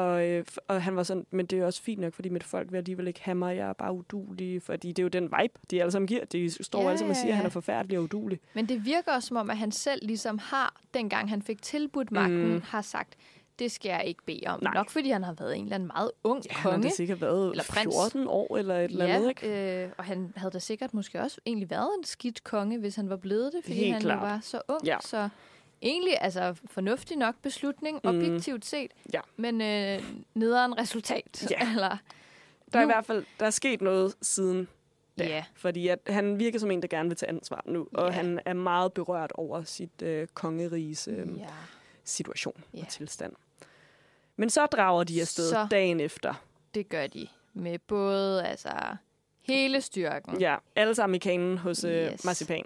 [SPEAKER 2] Og han var sådan, men det er jo også fint nok, fordi mit folk vil alligevel ikke have mig, jeg er bare udulig, fordi det er jo den vibe, de alle sammen giver. De står alle sammen og siger, at han er forfærdelig og udulig.
[SPEAKER 1] Men det virker også som om, at han selv ligesom har, dengang han fik tilbudt magten, har sagt, det skal jeg ikke bede om. Nej. Nok fordi han har været en eller anden meget ung konge.
[SPEAKER 2] Han har sikkert været
[SPEAKER 1] eller
[SPEAKER 2] 14 år eller et eller andet, ikke?
[SPEAKER 1] Og han havde da sikkert måske også egentlig været en skidt konge, hvis han var blevet det, fordi
[SPEAKER 2] helt
[SPEAKER 1] han
[SPEAKER 2] klart.
[SPEAKER 1] var så ung.
[SPEAKER 2] Ja.
[SPEAKER 1] Så egentlig fornuftig nok beslutning, objektivt set, men nederen resultat.
[SPEAKER 2] Ja.
[SPEAKER 1] Eller,
[SPEAKER 2] der er i hvert fald der er sket noget siden da.
[SPEAKER 1] Ja.
[SPEAKER 2] Fordi at han virker som en, der gerne vil tage ansvar nu. Og han er meget berørt over sit kongeriges situation og tilstand. Men så drager de afsted dagen efter.
[SPEAKER 1] Det gør de med både hele styrken.
[SPEAKER 2] Ja, alle sammen i kanen hos Marcipan.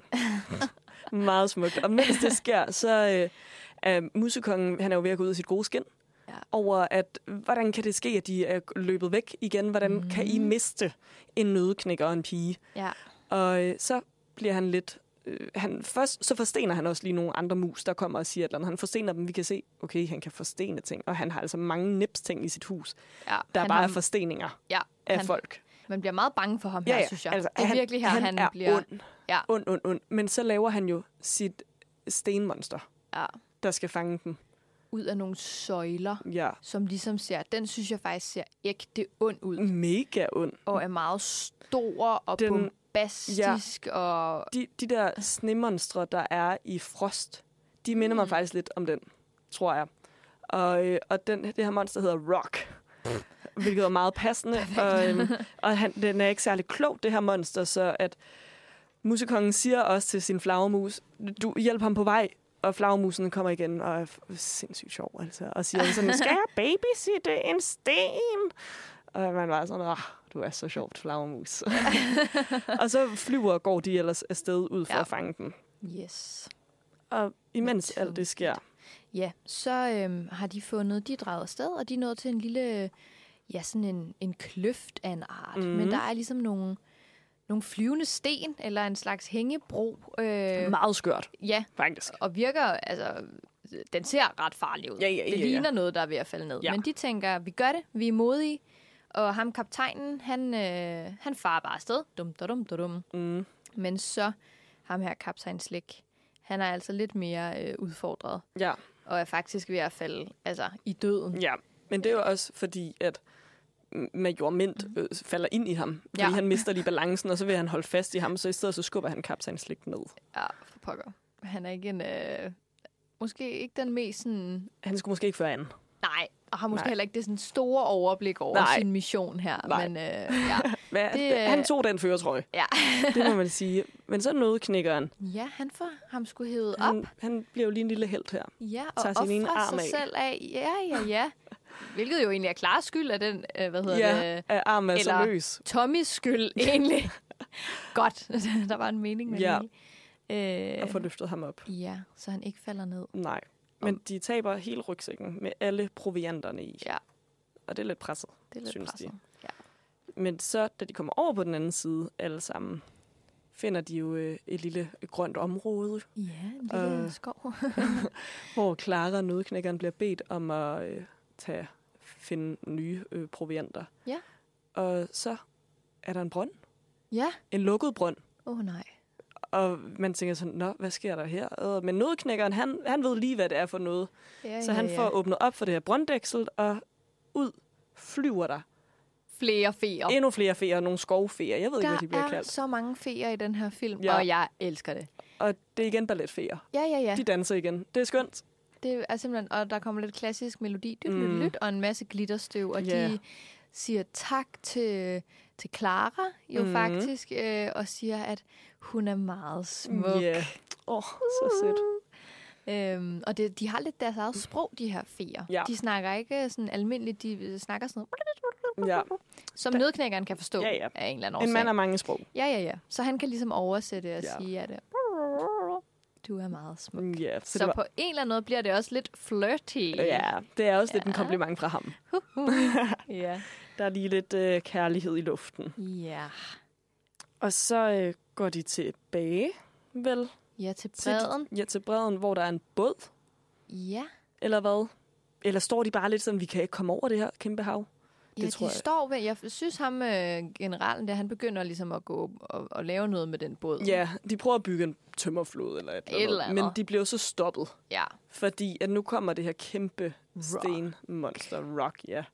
[SPEAKER 2] Meget smukt. Og mens det sker, så er musekongen, han er jo ved at gå ud af sit gode skin. Over, at hvordan kan det ske, at de er løbet væk igen? Hvordan kan I miste en nødeknækker og en pige?
[SPEAKER 1] Ja.
[SPEAKER 2] Og så bliver han lidt... Først så forstener han også lige nogle andre mus, der kommer og siger, at han forstener dem. Vi kan se, okay, han kan forstene ting. Og han har altså mange nips-ting i sit hus. Ja, der bare er forsteninger af folk.
[SPEAKER 1] Man bliver meget bange for ham her, synes jeg. Altså, det er virkelig her, han
[SPEAKER 2] er
[SPEAKER 1] bliver...
[SPEAKER 2] ond. Ja. ond. Men så laver han jo sit stenmonster, der skal fange dem.
[SPEAKER 1] Ud af nogle søjler, som ligesom den synes jeg faktisk ser ægte ond ud.
[SPEAKER 2] Mega ond.
[SPEAKER 1] Og er meget stor og bombastisk. Og
[SPEAKER 2] de der snemonstre, der er i Frost, de minder mig faktisk lidt om den, tror jeg. Og det her monster hedder Rock. Hvilket er meget passende. Og den er ikke særlig klog, det her monster, så at musekongen siger også til sin flagermus, du hjælper ham på vej, og flagermusen kommer igen og er sindssygt sjov, altså, og siger sådan, skal jeg babysitte en sten? Og man var sådan, du er så sjovt, flagermus. Og så går de ellers afsted ud for at fange dem.
[SPEAKER 1] Yes.
[SPEAKER 2] Og imens alt det sker.
[SPEAKER 1] Ja, så har de draget afsted, og de er nået til en lille... Ja, sådan en kløft af en art. Men der er ligesom nogle flyvende sten, eller en slags hængebro.
[SPEAKER 2] Meget skørt.
[SPEAKER 1] Ja,
[SPEAKER 2] faktisk.
[SPEAKER 1] Og virker, den ser ret farlig ud. Det ligner noget, der er ved at falde ned. Ja. Men de tænker, vi gør det, vi er modige. Og ham kaptajnen, han farer bare afsted. Dum. Men så, ham her kaptajn Slik, han er altså lidt mere udfordret. Ja. Og er faktisk ved at falde i døden. Ja.
[SPEAKER 2] Men det er jo også fordi, at Major Mint falder ind i ham. Fordi han mister lige balancen, og så vil han holde fast i ham. Så i stedet så skubber han kaptajn Slik ned.
[SPEAKER 1] Ja, for pokker. Han er ikke måske ikke den mest sådan...
[SPEAKER 2] Han skulle måske ikke føre an.
[SPEAKER 1] Nej, og har måske heller ikke det sådan store overblik over sin mission her.
[SPEAKER 2] Nej. Men han tog den førertrøje. Ja. Det må man sige. Men så nødeknækkeren.
[SPEAKER 1] Ja, han får ham sgu hævet op.
[SPEAKER 2] Han bliver jo lige en lille helt her.
[SPEAKER 1] Ja, og offrer sig selv af. Ja. Hvilket jo egentlig er Klares skyld af den,
[SPEAKER 2] af armen er så løs.
[SPEAKER 1] Tommys skyld, egentlig. Godt, der var en mening med det hele.
[SPEAKER 2] Og få løftet ham op.
[SPEAKER 1] Ja, så han ikke falder ned.
[SPEAKER 2] Nej, men de taber hele rygsækken med alle provianterne i. Ja. Og det er lidt presset, synes de. Ja. Men så, da de kommer over på den anden side, alle sammen, finder de jo et lille grønt område.
[SPEAKER 1] Ja, en lille skov.
[SPEAKER 2] Hvor Clara og nødeknækkeren bliver bedt om at finde nye provianter. Ja. Og så er der en brønd. Ja. En lukket brønd.
[SPEAKER 1] Nej.
[SPEAKER 2] Og man tænker sådan, hvad sker der her? Men nødeknækkeren, han ved lige, hvad det er for noget. Så han får åbnet op for det her brønddæksel, og ud flyver der
[SPEAKER 1] flere feer.
[SPEAKER 2] Endnu flere feer, nogle skovfeer. Jeg ved ikke, hvad de bliver kaldt.
[SPEAKER 1] Der er så mange feer i den her film, og jeg elsker det.
[SPEAKER 2] Og det er igen balletfeer.
[SPEAKER 1] Ja.
[SPEAKER 2] De danser igen. Det er skønt.
[SPEAKER 1] Det er simpelthen, og der kommer lidt klassisk melodi, lyt, og en masse glitterstøv, og de siger tak til Clara, jo faktisk, og siger, at hun er meget smuk.
[SPEAKER 2] Ja. Så sødt.
[SPEAKER 1] Og de har lidt deres eget sprog, de her feer. Ja. De snakker ikke sådan almindeligt, de snakker sådan noget, som nødknækkeren kan forstå af en eller anden årsag.
[SPEAKER 2] En mand har mange sprog.
[SPEAKER 1] Ja. Så han kan ligesom oversætte og sige, at du er meget smuk.
[SPEAKER 2] Ja,
[SPEAKER 1] så på en eller anden måde bliver det også lidt flirty.
[SPEAKER 2] Ja, det er også lidt en kompliment fra ham.
[SPEAKER 1] Ja.
[SPEAKER 2] Der er lige lidt kærlighed i luften.
[SPEAKER 1] Ja.
[SPEAKER 2] Og så går de tilbage, vel?
[SPEAKER 1] Ja, til bredden.
[SPEAKER 2] Ja, til bredden, hvor der er en båd.
[SPEAKER 1] Ja.
[SPEAKER 2] Eller hvad? Eller står de bare lidt sådan, vi kan ikke komme over det her kæmpe hav?
[SPEAKER 1] Ja, de står ved. Jeg synes ham, generalen der, han begynder ligesom at gå og lave noget med den båd.
[SPEAKER 2] Ja, de prøver at bygge en tømmerflod eller et eller andet. Men de bliver så stoppet.
[SPEAKER 1] Ja.
[SPEAKER 2] Fordi at nu kommer det her kæmpe stenmonster, Rock, ja.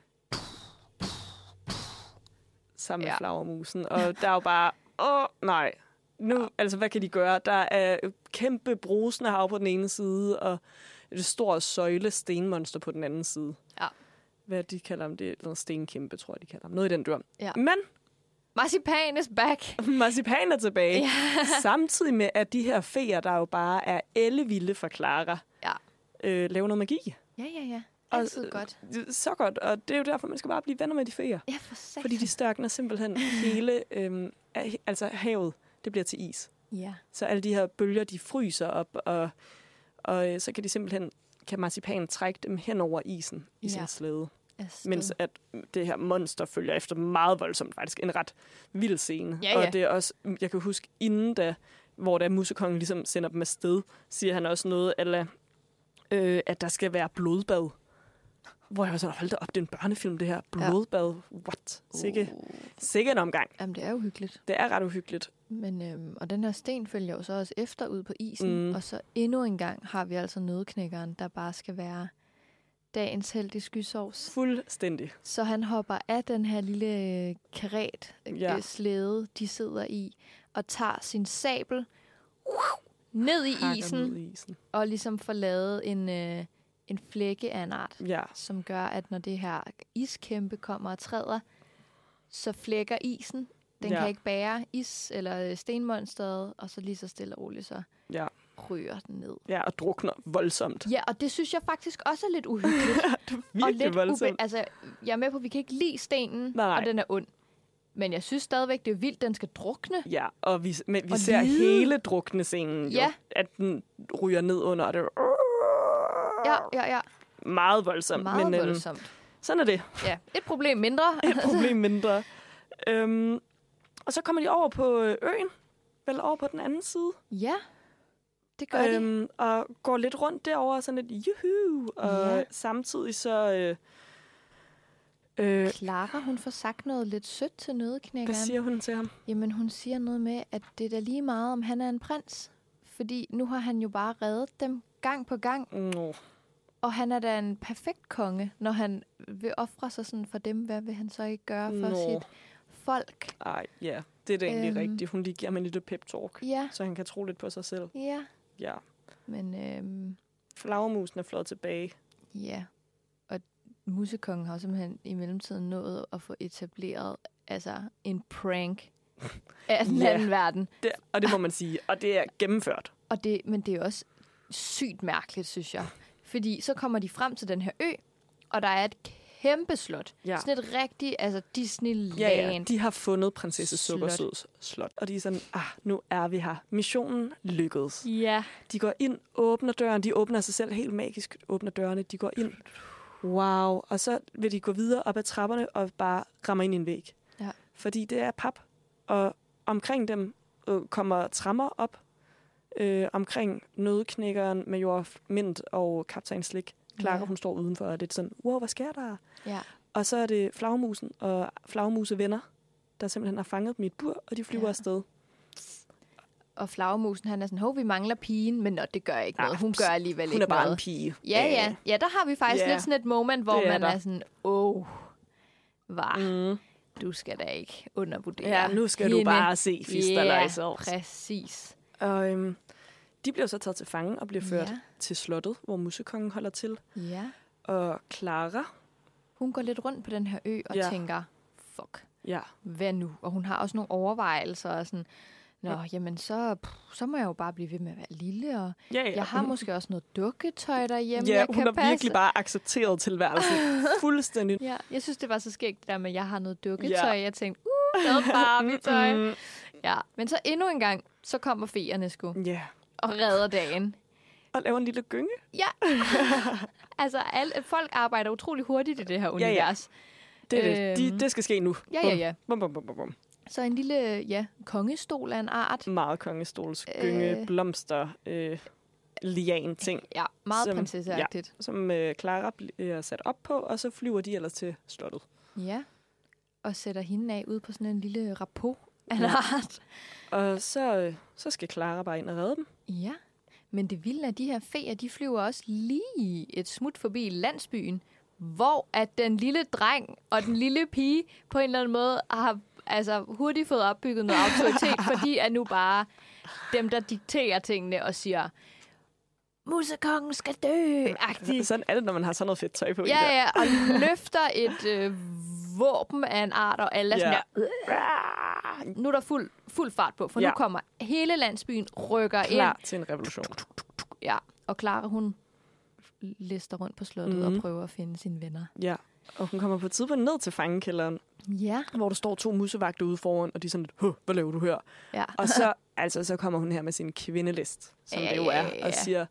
[SPEAKER 2] Sammen med flagermusen. Og der er jo bare, nej. Nu, altså, hvad kan de gøre? Der er kæmpe brusende hav på den ene side, og et stort søjle stenmonster på den anden side.
[SPEAKER 1] Ja.
[SPEAKER 2] Hvad de kalder dem? Det er noget stenkæmpe, tror jeg, de kalder dem. Noget i den dur.
[SPEAKER 1] Ja.
[SPEAKER 2] Men
[SPEAKER 1] Marcipan is back.
[SPEAKER 2] Marcipan er tilbage.
[SPEAKER 1] Ja.
[SPEAKER 2] Samtidig med, at de her feer, der jo bare er ellevilde for Clara, laver noget magi.
[SPEAKER 1] Ja. Altid godt.
[SPEAKER 2] Så godt, og det er jo derfor, man skal bare blive venner med de feer.
[SPEAKER 1] Ja, for satan.
[SPEAKER 2] Fordi de størkner simpelthen hele, altså havet, det bliver til is.
[SPEAKER 1] Ja.
[SPEAKER 2] Så alle de her bølger, de fryser op, og så kan de simpelthen, kan marcipanen trække dem hen over isen i sin slæde. Mens at det her monster følger efter meget voldsomt, faktisk en ret vild scene.
[SPEAKER 1] Ja.
[SPEAKER 2] Og det er også, jeg kan huske, inden da, hvor der musekongen ligesom sender dem afsted, siger han også noget, eller at der skal være blodbad. Hvor jeg var sådan, hold da op, det er en børnefilm, det her. Blodbad, what? Sikke en omgang.
[SPEAKER 1] Jamen, det er uhyggeligt.
[SPEAKER 2] Det er ret uhyggeligt.
[SPEAKER 1] Men, og den her sten følger jo så også efter ud på isen. Og så endnu en gang har vi altså nødknækkeren, der bare skal være dagens held i skysovs.
[SPEAKER 2] Fuldstændig.
[SPEAKER 1] Så han hopper af den her lille karet slæde, de sidder i, og tager sin sabel ned i isen, og ligesom får lavet en flække af en art, som gør, at når det her iskæmpe kommer og træder, så flækker isen. Den kan ikke bære is eller stenmonsteret, og så lige så stille og roligt, så ryger den ned.
[SPEAKER 2] Ja, og drukner voldsomt.
[SPEAKER 1] Ja, og det synes jeg faktisk også er lidt uhyggeligt.
[SPEAKER 2] Det er virkelig og voldsomt.
[SPEAKER 1] Altså, jeg er med på, at vi kan ikke lide stenen, og den er ond. Men jeg synes stadigvæk, det er vildt, den skal drukne.
[SPEAKER 2] Ja, og vi ser hele druknescenen jo, at den ryger ned under, og det
[SPEAKER 1] Ja.
[SPEAKER 2] meget voldsomt.
[SPEAKER 1] Meget voldsomt.
[SPEAKER 2] Sådan er det.
[SPEAKER 1] Ja, et problem mindre.
[SPEAKER 2] Og så kommer de over på øen, vel over på den anden side.
[SPEAKER 1] Ja, det gør de.
[SPEAKER 2] Og går lidt rundt derover sådan lidt juhu. Og samtidig så...
[SPEAKER 1] Clara, hun får sagt noget lidt sødt til nødknækkeren.
[SPEAKER 2] Hvad siger hun til ham?
[SPEAKER 1] Jamen, hun siger noget med, at det er da lige meget, om han er en prins. Fordi nu har han jo bare reddet dem gang på gang. Og han er da en perfekt konge, når han vil ofre sig sådan for dem. Hvad vil han så ikke gøre for sit folk?
[SPEAKER 2] Ej, ja. Det er da egentlig rigtigt. Hun lige giver ham en lille pep-talk, så han kan tro lidt på sig selv.
[SPEAKER 1] Ja. Men
[SPEAKER 2] flagermusen er flået tilbage.
[SPEAKER 1] Ja. Og musekongen har simpelthen i mellemtiden nået at få etableret en prank af den anden verden.
[SPEAKER 2] Og det må man sige. Og det er gennemført.
[SPEAKER 1] Men det er også sygt mærkeligt, synes jeg. Fordi så kommer de frem til den her ø, og der er et kæmpe slot. Ja. Sådan et rigtigt Disneyland.
[SPEAKER 2] Ja, de har fundet prinsesse Sukkersøds slot. Og de er sådan, nu er vi her. Missionen lykkedes.
[SPEAKER 1] Ja.
[SPEAKER 2] De går ind, åbner døren. De åbner sig selv helt magisk, åbner dørene. De går ind. Wow. Og så vil de gå videre op ad trapperne og bare rammer ind i en væg.
[SPEAKER 1] Ja.
[SPEAKER 2] Fordi det er pap. Og omkring dem kommer tremmer op. Omkring nødknækkeren, Major Mint og kaptajn Slik. Clara, hun står udenfor, og det er sådan, wow, hvad sker der?
[SPEAKER 1] Ja.
[SPEAKER 2] Og så er det flagermusen og flagermusevenner, der simpelthen har fanget dem i et bur, og de flyver afsted.
[SPEAKER 1] Og flagermusen, han er sådan, vi mangler pigen, men det gør ikke noget. Hun gør alligevel ikke noget.
[SPEAKER 2] Hun er bare en pige.
[SPEAKER 1] Ja, der har vi faktisk lidt sådan et moment, hvor man er sådan, du skal da ikke undervurdere.
[SPEAKER 2] Ja, nu skal du bare se fisterlejser.
[SPEAKER 1] Ja, præcis.
[SPEAKER 2] Og de bliver så taget til fange og bliver ført til slottet, hvor musekongen holder til.
[SPEAKER 1] Ja.
[SPEAKER 2] Og Clara,
[SPEAKER 1] hun går lidt rundt på den her ø og tænker, fuck, hvad nu? Og hun har også nogle overvejelser og sådan, jamen så må jeg jo bare blive ved med at være lille, og jeg har måske også noget dukketøj derhjemme, jeg kan
[SPEAKER 2] hun har
[SPEAKER 1] passe.
[SPEAKER 2] Virkelig bare accepteret tilværelsen fuldstændig.
[SPEAKER 1] Ja, jeg synes, det var så skægt det der med, at jeg har noget dukketøj. Jeg tænkte, noget Barbie-tøj. Ja, men så endnu en gang, så kommer feerne sgu.
[SPEAKER 2] Ja.
[SPEAKER 1] Og redder dagen.
[SPEAKER 2] Og laver en lille gynge.
[SPEAKER 1] Ja. Folk arbejder utrolig hurtigt i det her univers.
[SPEAKER 2] Det skal ske nu.
[SPEAKER 1] Ja.
[SPEAKER 2] Bum.
[SPEAKER 1] Så en lille, kongestol af en art.
[SPEAKER 2] Meget kongestolsgynge, blomster, lian-ting.
[SPEAKER 1] Ja, meget prinsesseagtigt.
[SPEAKER 2] Ja, som Clara bliver sat op på, og så flyver de ellers til slottet.
[SPEAKER 1] Ja, og sætter hende af ud på sådan en lille rapport af en art.
[SPEAKER 2] Og så skal Clara bare ind og redde dem.
[SPEAKER 1] Ja, men det vilde er, at de her feer, de flyver også lige et smut forbi landsbyen, hvor at den lille dreng og den lille pige på en eller anden måde har hurtigt fået opbygget noget autoritet, fordi er nu bare dem, der dikterer tingene og siger, musekongen skal dø-agtigt.
[SPEAKER 2] Sådan er det, når man har sådan noget fedt tøj på.
[SPEAKER 1] Ja, og løfter et våben af en art, og alle er sådan der, nu er der fuld fart på, for nu kommer hele landsbyen, rykker
[SPEAKER 2] klar
[SPEAKER 1] ind.
[SPEAKER 2] til en revolution.
[SPEAKER 1] Ja, og Clara, hun lister rundt på slottet og prøver at finde sine venner.
[SPEAKER 2] Ja, og hun kommer på et tidspunkt ned til fangekælderen, hvor der står 2 musevagter ude foran, og de er sådan lidt, hvad laver du her?
[SPEAKER 1] Ja.
[SPEAKER 2] Og så kommer hun her med sin kvindelist, som det jo er, og siger,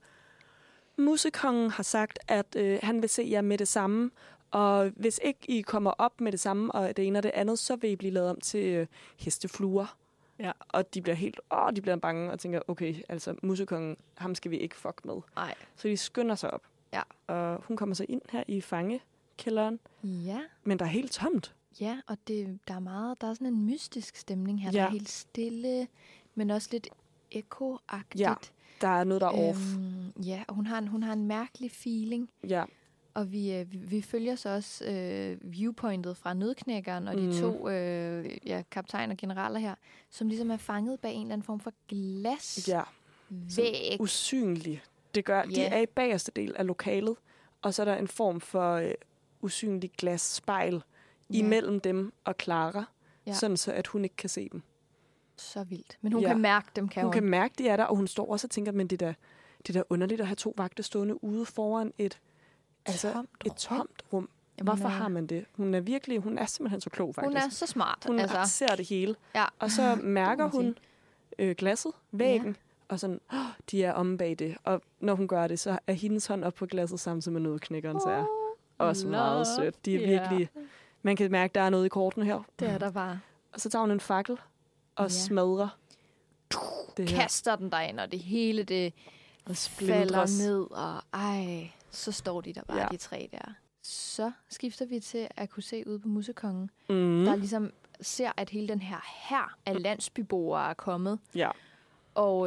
[SPEAKER 2] musekongen har sagt, at han vil se jer med det samme, og hvis ikke I kommer op med det samme, og det ene og det andet, så vil I blive lavet om til hestefluer. Ja. Og de bliver bange og tænker, okay, altså musekongen, ham skal vi ikke fuck med.
[SPEAKER 1] Nej.
[SPEAKER 2] Så de skynder sig op.
[SPEAKER 1] Ja.
[SPEAKER 2] Og hun kommer så ind her i fangekælderen.
[SPEAKER 1] Ja.
[SPEAKER 2] Men der er helt tomt.
[SPEAKER 1] Ja, og der er sådan en mystisk stemning her. Der er helt stille, men også lidt ekko-agtigt.
[SPEAKER 2] Ja, der er noget, der er off.
[SPEAKER 1] Ja, og hun har en mærkelig feeling.
[SPEAKER 2] Ja.
[SPEAKER 1] Og vi følger så også viewpointet fra nødknækkeren og de 2 kaptajner og generaler her, som ligesom er fanget bag en eller anden form for glas.
[SPEAKER 2] Ja.
[SPEAKER 1] Væg.
[SPEAKER 2] Usynlig. Det gør, de er i bagerste del af lokalet, og så er der en form for usynlig glasspejl imellem dem og Clara, sådan så at hun ikke kan se dem.
[SPEAKER 1] Så vildt. Men hun kan mærke dem, kan hun?
[SPEAKER 2] Hun kan mærke, de er der, og hun står også og tænker, men det er da underligt at have 2 vagter stående ude foran et tomt rum. Hvorfor har man det? Hun er simpelthen så klog, faktisk.
[SPEAKER 1] Hun er så smart.
[SPEAKER 2] Hun ser det hele.
[SPEAKER 1] Ja.
[SPEAKER 2] Og så mærker hun glasset, væggen, og sådan, de er omme bag det. Og når hun gør det, så er hendes hånd op på glasset samtidig med nødknækkeren, så er også meget sødt. De er virkelig, man kan mærke, der er noget i kortene her.
[SPEAKER 1] Det er der bare.
[SPEAKER 2] Og så tager hun en fakkel og smadrer
[SPEAKER 1] det her. Kaster den derind, og det hele det falder ned, og så står de der bare, de 3 der. Så skifter vi til at kunne se ude på musekongen, der ligesom ser, at hele den her af landsbyboere er kommet. Ja. Og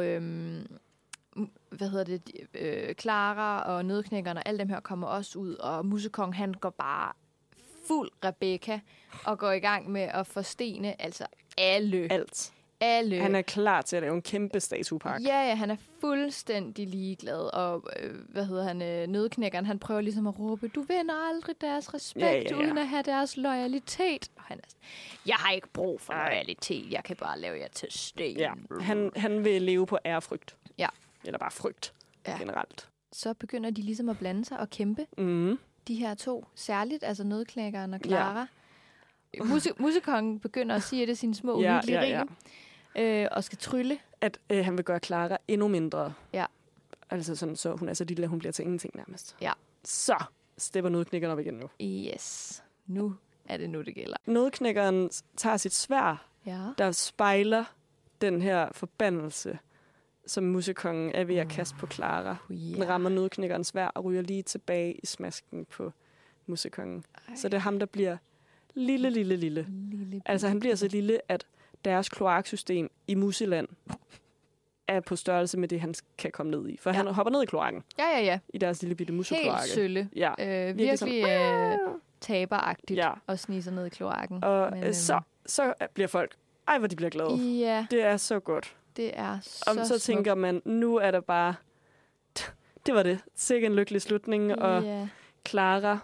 [SPEAKER 1] Clara og nødknækkerne og alle dem her kommer også ud, og musekongen, han går bare fuld Rebecca og går i gang med at forstene alle.
[SPEAKER 2] Alt.
[SPEAKER 1] Alle.
[SPEAKER 2] Han er klar til at lave en kæmpe statuepark.
[SPEAKER 1] Ja, han er fuldstændig ligeglad. Og nødknækkeren, han prøver ligesom at råbe, du vinder aldrig deres respekt, uden at have deres loyalitet. Og han er sådan, jeg har ikke brug for loyalitet, jeg kan bare lave jer til sten.
[SPEAKER 2] Ja. Han vil leve på ærefrygt.
[SPEAKER 1] Ja.
[SPEAKER 2] Eller bare frygt generelt.
[SPEAKER 1] Så begynder de ligesom at blande sig og kæmpe. De her 2, særligt, altså nødknækkeren og Clara. Ja. Musekongen begynder at sige det sine små uhyggelige rim. Og skal trylle.
[SPEAKER 2] At han vil gøre Clara endnu mindre. Ja. Altså sådan, så hun er så lille, at hun bliver til ingenting nærmest. Ja. Så stepper nødknækkeren op igen nu.
[SPEAKER 1] Yes. Nu er det nu, det gælder.
[SPEAKER 2] Nødknækkeren tager sit sværd, der spejler den her forbandelse, som musekongen er ved at kaste på Clara. Den rammer nødknækkerens sværd og ryger lige tilbage i smasken på musekongen. Så det er ham, der bliver lille. Altså han bliver så lille, at deres kloaksystem i Museland er på størrelse med det, han kan komme ned i. For han hopper ned i kloakken. Ja. I deres lille bitte musekloakke.
[SPEAKER 1] Helt sølle. Ja. Virkelig taberagtigt at snige sig ned i kloakken.
[SPEAKER 2] Og så bliver folk, hvor de bliver glade.
[SPEAKER 1] Ja.
[SPEAKER 2] Det er så godt.
[SPEAKER 1] Det er så
[SPEAKER 2] og så tænker man, nu er der bare, det var det. Sikke en lykkelig slutning. Og Clara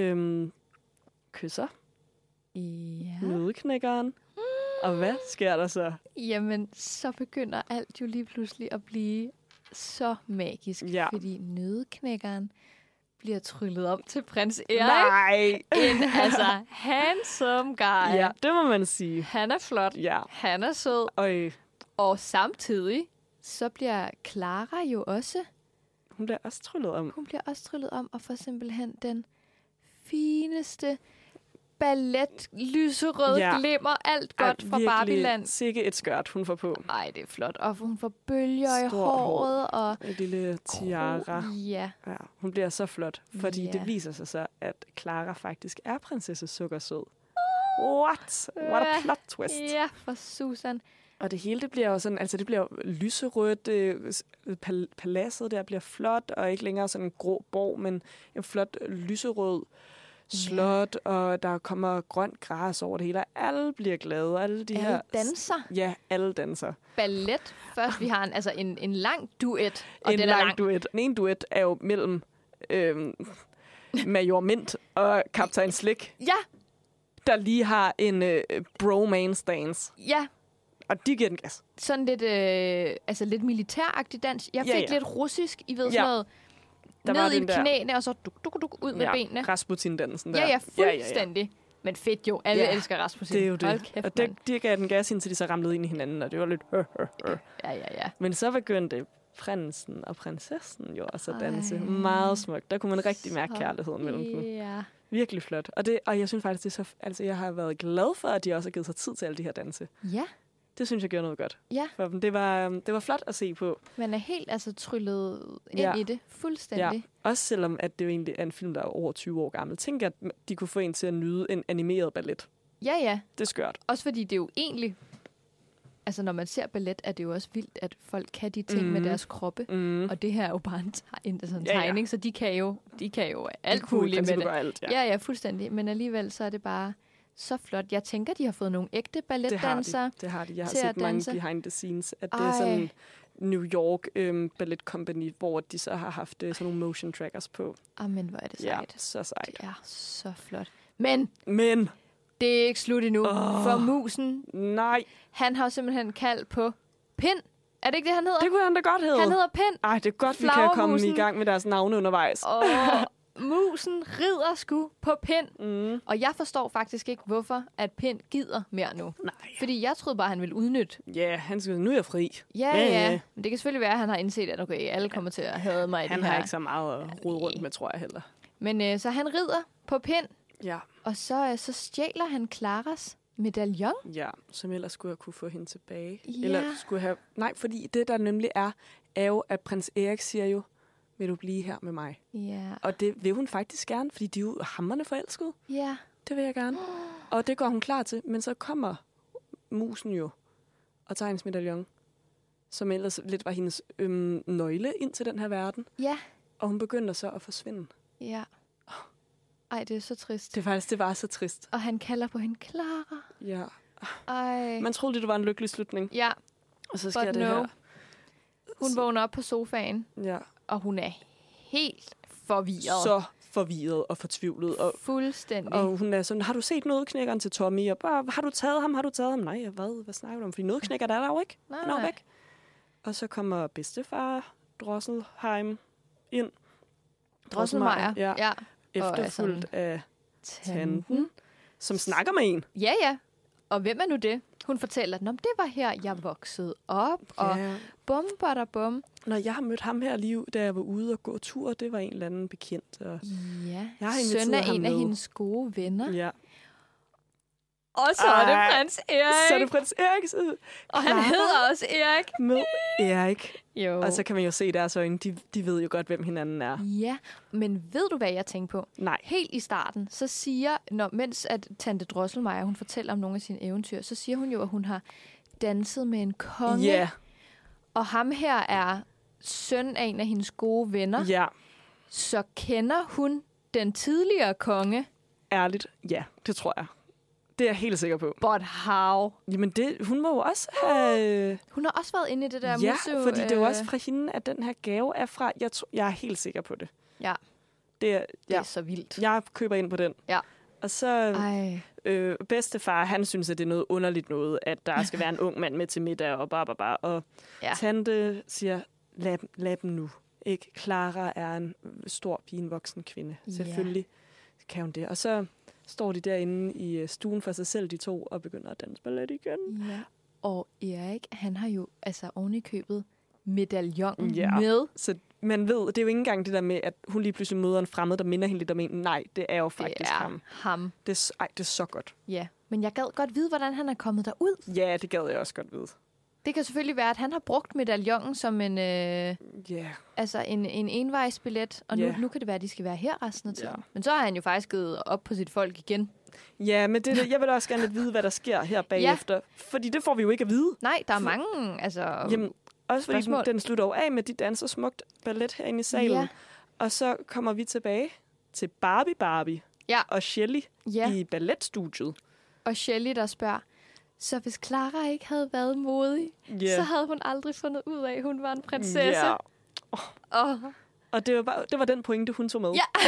[SPEAKER 2] kysser nødknækkeren. Og hvad sker der så?
[SPEAKER 1] Jamen, så begynder alt jo lige pludselig at blive så magisk. Ja. Fordi nødknækkeren bliver tryllet om til prins Erik.
[SPEAKER 2] Nej!
[SPEAKER 1] En handsome guy.
[SPEAKER 2] Ja, det må man sige.
[SPEAKER 1] Han er flot. Ja. Han er sød.
[SPEAKER 2] Øj.
[SPEAKER 1] Og samtidig, så bliver Clara jo også...
[SPEAKER 2] Hun bliver også tryllet om.
[SPEAKER 1] Hun bliver også tryllet om og får simpelthen den fineste ballet, lyserød glimmer, alt godt fra Barbieland.
[SPEAKER 2] Sikke et skørt, hun får på.
[SPEAKER 1] Ej, det er flot. Og hun får bølger i håret. Og
[SPEAKER 2] en lille tiara.
[SPEAKER 1] Ja.
[SPEAKER 2] Hun bliver så flot, fordi det viser sig så, at Clara faktisk er prinsesse Sukkersød. What a plot twist.
[SPEAKER 1] Ja, for Susan.
[SPEAKER 2] Og det hele, det bliver jo sådan, altså det bliver lyserødt, paladset der bliver flot, og ikke længere sådan en grå borg, men en flot lyserød slot, og der kommer grønt græs over det hele, og alle bliver glade. Alle
[SPEAKER 1] danser.
[SPEAKER 2] Ja, alle danser.
[SPEAKER 1] Ballet. Først, vi har en lang duet.
[SPEAKER 2] Og en lang duet. En duet er jo mellem Major Mint og Kaptajn Slik.
[SPEAKER 1] Ja.
[SPEAKER 2] Der lige har en bromance dance.
[SPEAKER 1] Ja.
[SPEAKER 2] Og de giver den gas.
[SPEAKER 1] Sådan lidt, lidt militæragtig dans. Jeg fik lidt russisk, I ved sådan noget. Der ned i knæene, og så duk ud med benene.
[SPEAKER 2] Rasputin-dansen der.
[SPEAKER 1] Ja, fuldstændig. Ja. Men fedt jo. Alle elsker Rasputin.
[SPEAKER 2] Det er jo det. Kæft, og de gav den gas, indtil de så ramlede ind i hinanden, og det var lidt
[SPEAKER 1] Ja.
[SPEAKER 2] Men så begyndte prinsen og prinsessen jo også at danse. Meget smukt. Der kunne man rigtig mærke kærligheden mellem dem.
[SPEAKER 1] Ja.
[SPEAKER 2] Virkelig flot. Og jeg synes faktisk, det er så... Altså, jeg har været glad for, at de også har givet sig tid til alle de her danse.
[SPEAKER 1] Ja.
[SPEAKER 2] Det synes jeg gjorde noget godt.
[SPEAKER 1] Ja.
[SPEAKER 2] For dem. Det var flot at se på.
[SPEAKER 1] Man er helt tryllet ind i det. Fuldstændig.
[SPEAKER 2] Ja. Også selvom, at det jo egentlig er en film, der er over 20 år gammel. Tænk, at de kunne få en til at nyde en animeret ballet.
[SPEAKER 1] Ja.
[SPEAKER 2] Det er skørt.
[SPEAKER 1] Også fordi det er jo egentlig... Altså, når man ser ballet, er det jo også vildt, at folk kan de ting med deres kroppe. Og det her er jo bare en tegning, så de kan jo alt muligt med det.
[SPEAKER 2] Alt,
[SPEAKER 1] ja, fuldstændig. Men alligevel så er det bare så flot. Jeg tænker, de har fået nogle ægte balletdansere.
[SPEAKER 2] Det har de. Jeg har set mange behind the scenes. At det er sådan New York Ballet Company, hvor de så har haft sådan nogle motion trackers på.
[SPEAKER 1] Men hvor er det sejt.
[SPEAKER 2] Ja, så sejt.
[SPEAKER 1] Det er så flot. Men det er ikke slut endnu. For musen.
[SPEAKER 2] Nej.
[SPEAKER 1] Han har simpelthen kaldt på Pind. Er det ikke det, han hedder?
[SPEAKER 2] Det kunne han da godt hedde.
[SPEAKER 1] Han hedder Pind.
[SPEAKER 2] Ej, det er godt, vi kan komme i gang med deres navne undervejs.
[SPEAKER 1] Musen rider sgu på Pind. Og jeg forstår faktisk ikke, hvorfor at Pind gider mere nu.
[SPEAKER 2] Nej.
[SPEAKER 1] Fordi jeg troede bare, han ville udnytte.
[SPEAKER 2] Ja, han skal nu er jeg fri.
[SPEAKER 1] Ja. Men det kan selvfølgelig være, at han har indset, at okay, alle kommer til at hade mig i det her.
[SPEAKER 2] Han har ikke så meget at rode rundt med, tror jeg heller.
[SPEAKER 1] Men så han rider på Pind.
[SPEAKER 2] Ja.
[SPEAKER 1] Og så stjæler han Claras medaljon.
[SPEAKER 2] Ja, som ellers skulle jeg kunne få hende tilbage.
[SPEAKER 1] Ja.
[SPEAKER 2] Eller skulle have... Nej, fordi det, der nemlig er jo, at prins Erik siger jo, vil du blive her med mig?
[SPEAKER 1] Ja.
[SPEAKER 2] Og det vil hun faktisk gerne, fordi de er jo hamrende forelskede.
[SPEAKER 1] Ja.
[SPEAKER 2] Det vil jeg gerne. Og det går hun klar til. Men så kommer musen jo og tager hendes medaljon, som ellers lidt var hendes nøgle ind til den her verden.
[SPEAKER 1] Ja.
[SPEAKER 2] Og hun begynder så at forsvinde.
[SPEAKER 1] Ja. Ej, det er så trist.
[SPEAKER 2] Det var så trist.
[SPEAKER 1] Og han kalder på hende Clara.
[SPEAKER 2] Ja.
[SPEAKER 1] Ej.
[SPEAKER 2] Man troede, det var en lykkelig slutning.
[SPEAKER 1] Ja.
[SPEAKER 2] Og så sker det her.
[SPEAKER 1] Hun vågner op på sofaen.
[SPEAKER 2] Ja.
[SPEAKER 1] Og hun er helt forvirret.
[SPEAKER 2] Så forvirret og fortvivlet. Og,
[SPEAKER 1] fuldstændig.
[SPEAKER 2] Og hun er sådan, har du set nødknækkeren til Tommy? Og bare, har du taget ham? Nej, hvad snakker du om? Fordi nødknækker, der er der jo ikke. Han er væk. Og så kommer bedstefar Drosselheim ind.
[SPEAKER 1] Drosselmeier.
[SPEAKER 2] Ja. Efterfulgt af tanten, som snakker med en.
[SPEAKER 1] Ja. Og hvem er nu det? Hun fortæller, at det var her, jeg voksede op, og bum, bada, bum.
[SPEAKER 2] Når jeg har mødt ham her lige, da jeg var ude og gå tur, det var en eller anden bekendt. Og
[SPEAKER 1] ja,
[SPEAKER 2] jeg har
[SPEAKER 1] søn af en af hendes gode venner.
[SPEAKER 2] Ja.
[SPEAKER 1] Og så er det prins Erik.
[SPEAKER 2] Så er det prins Erik.
[SPEAKER 1] Og han hedder også Erik.
[SPEAKER 2] Med Erik.
[SPEAKER 1] Jo.
[SPEAKER 2] Og så kan man jo se i deres øjne, de ved jo godt, hvem hinanden er.
[SPEAKER 1] Ja, men ved du, hvad jeg tænker på?
[SPEAKER 2] Nej.
[SPEAKER 1] Helt i starten, så siger, mens at tante Drosselmeier, hun fortæller om nogle af sine eventyr, så siger hun jo, at hun har danset med en konge.
[SPEAKER 2] Ja. Yeah.
[SPEAKER 1] Og ham her er søn af en af hendes gode venner.
[SPEAKER 2] Ja.
[SPEAKER 1] Så kender hun den tidligere konge?
[SPEAKER 2] Ærligt, ja, det tror jeg. Det er jeg helt sikker på.
[SPEAKER 1] But how?
[SPEAKER 2] Jamen, hun må jo også have...
[SPEAKER 1] Hun har også været inde i det der
[SPEAKER 2] ja,
[SPEAKER 1] museum.
[SPEAKER 2] fordi det er jo også fra hende, at den her gave er fra... Jeg er helt sikker på det.
[SPEAKER 1] Ja. Det er så vildt.
[SPEAKER 2] Jeg køber ind på den.
[SPEAKER 1] Ja.
[SPEAKER 2] Og så bedstefar, han synes, at det er noget underligt noget, at der skal være en ung mand med til middag og bare. Og tante siger, lad dem nu. Ikke? Clara er en stor, fin, voksen kvinde. Selvfølgelig kan hun det. Og så står de derinde i stuen for sig selv, de to, og begynder at danse ballet igen.
[SPEAKER 1] Ja. Og Erik, han har jo oven i købet medaljonen med.
[SPEAKER 2] Så man ved, det er jo ikke engang det der med, at hun lige pludselig møder en fremmed, der minder hende lidt om en. Nej, det er jo faktisk ham. Det er så godt.
[SPEAKER 1] Ja, men jeg gad godt vide, hvordan han er kommet derud.
[SPEAKER 2] Ja, det gad jeg også godt vide.
[SPEAKER 1] Det kan selvfølgelig være, at han har brugt medaljongen som en envejsbillet, og nu kan det være, at de skal være her resten af tiden. Yeah. Men så har han jo faktisk gået op på sit folk igen.
[SPEAKER 2] Ja, men jeg vil også gerne lidt vide, hvad der sker her bagefter. Fordi det får vi jo ikke at vide.
[SPEAKER 1] Nej, der er mange
[SPEAKER 2] jamen, også fordi den slutter jo af med, de danser smukt ballet herinde i salen. Ja. Og så kommer vi tilbage til Barbie og Shelley i balletstudiet.
[SPEAKER 1] Og Shelley, der spørger, så hvis Clara ikke havde været modig, så havde hun aldrig fundet ud af, at hun var en prinsesse.
[SPEAKER 2] Yeah. Og det var den pointe, hun tog med.
[SPEAKER 1] Ja.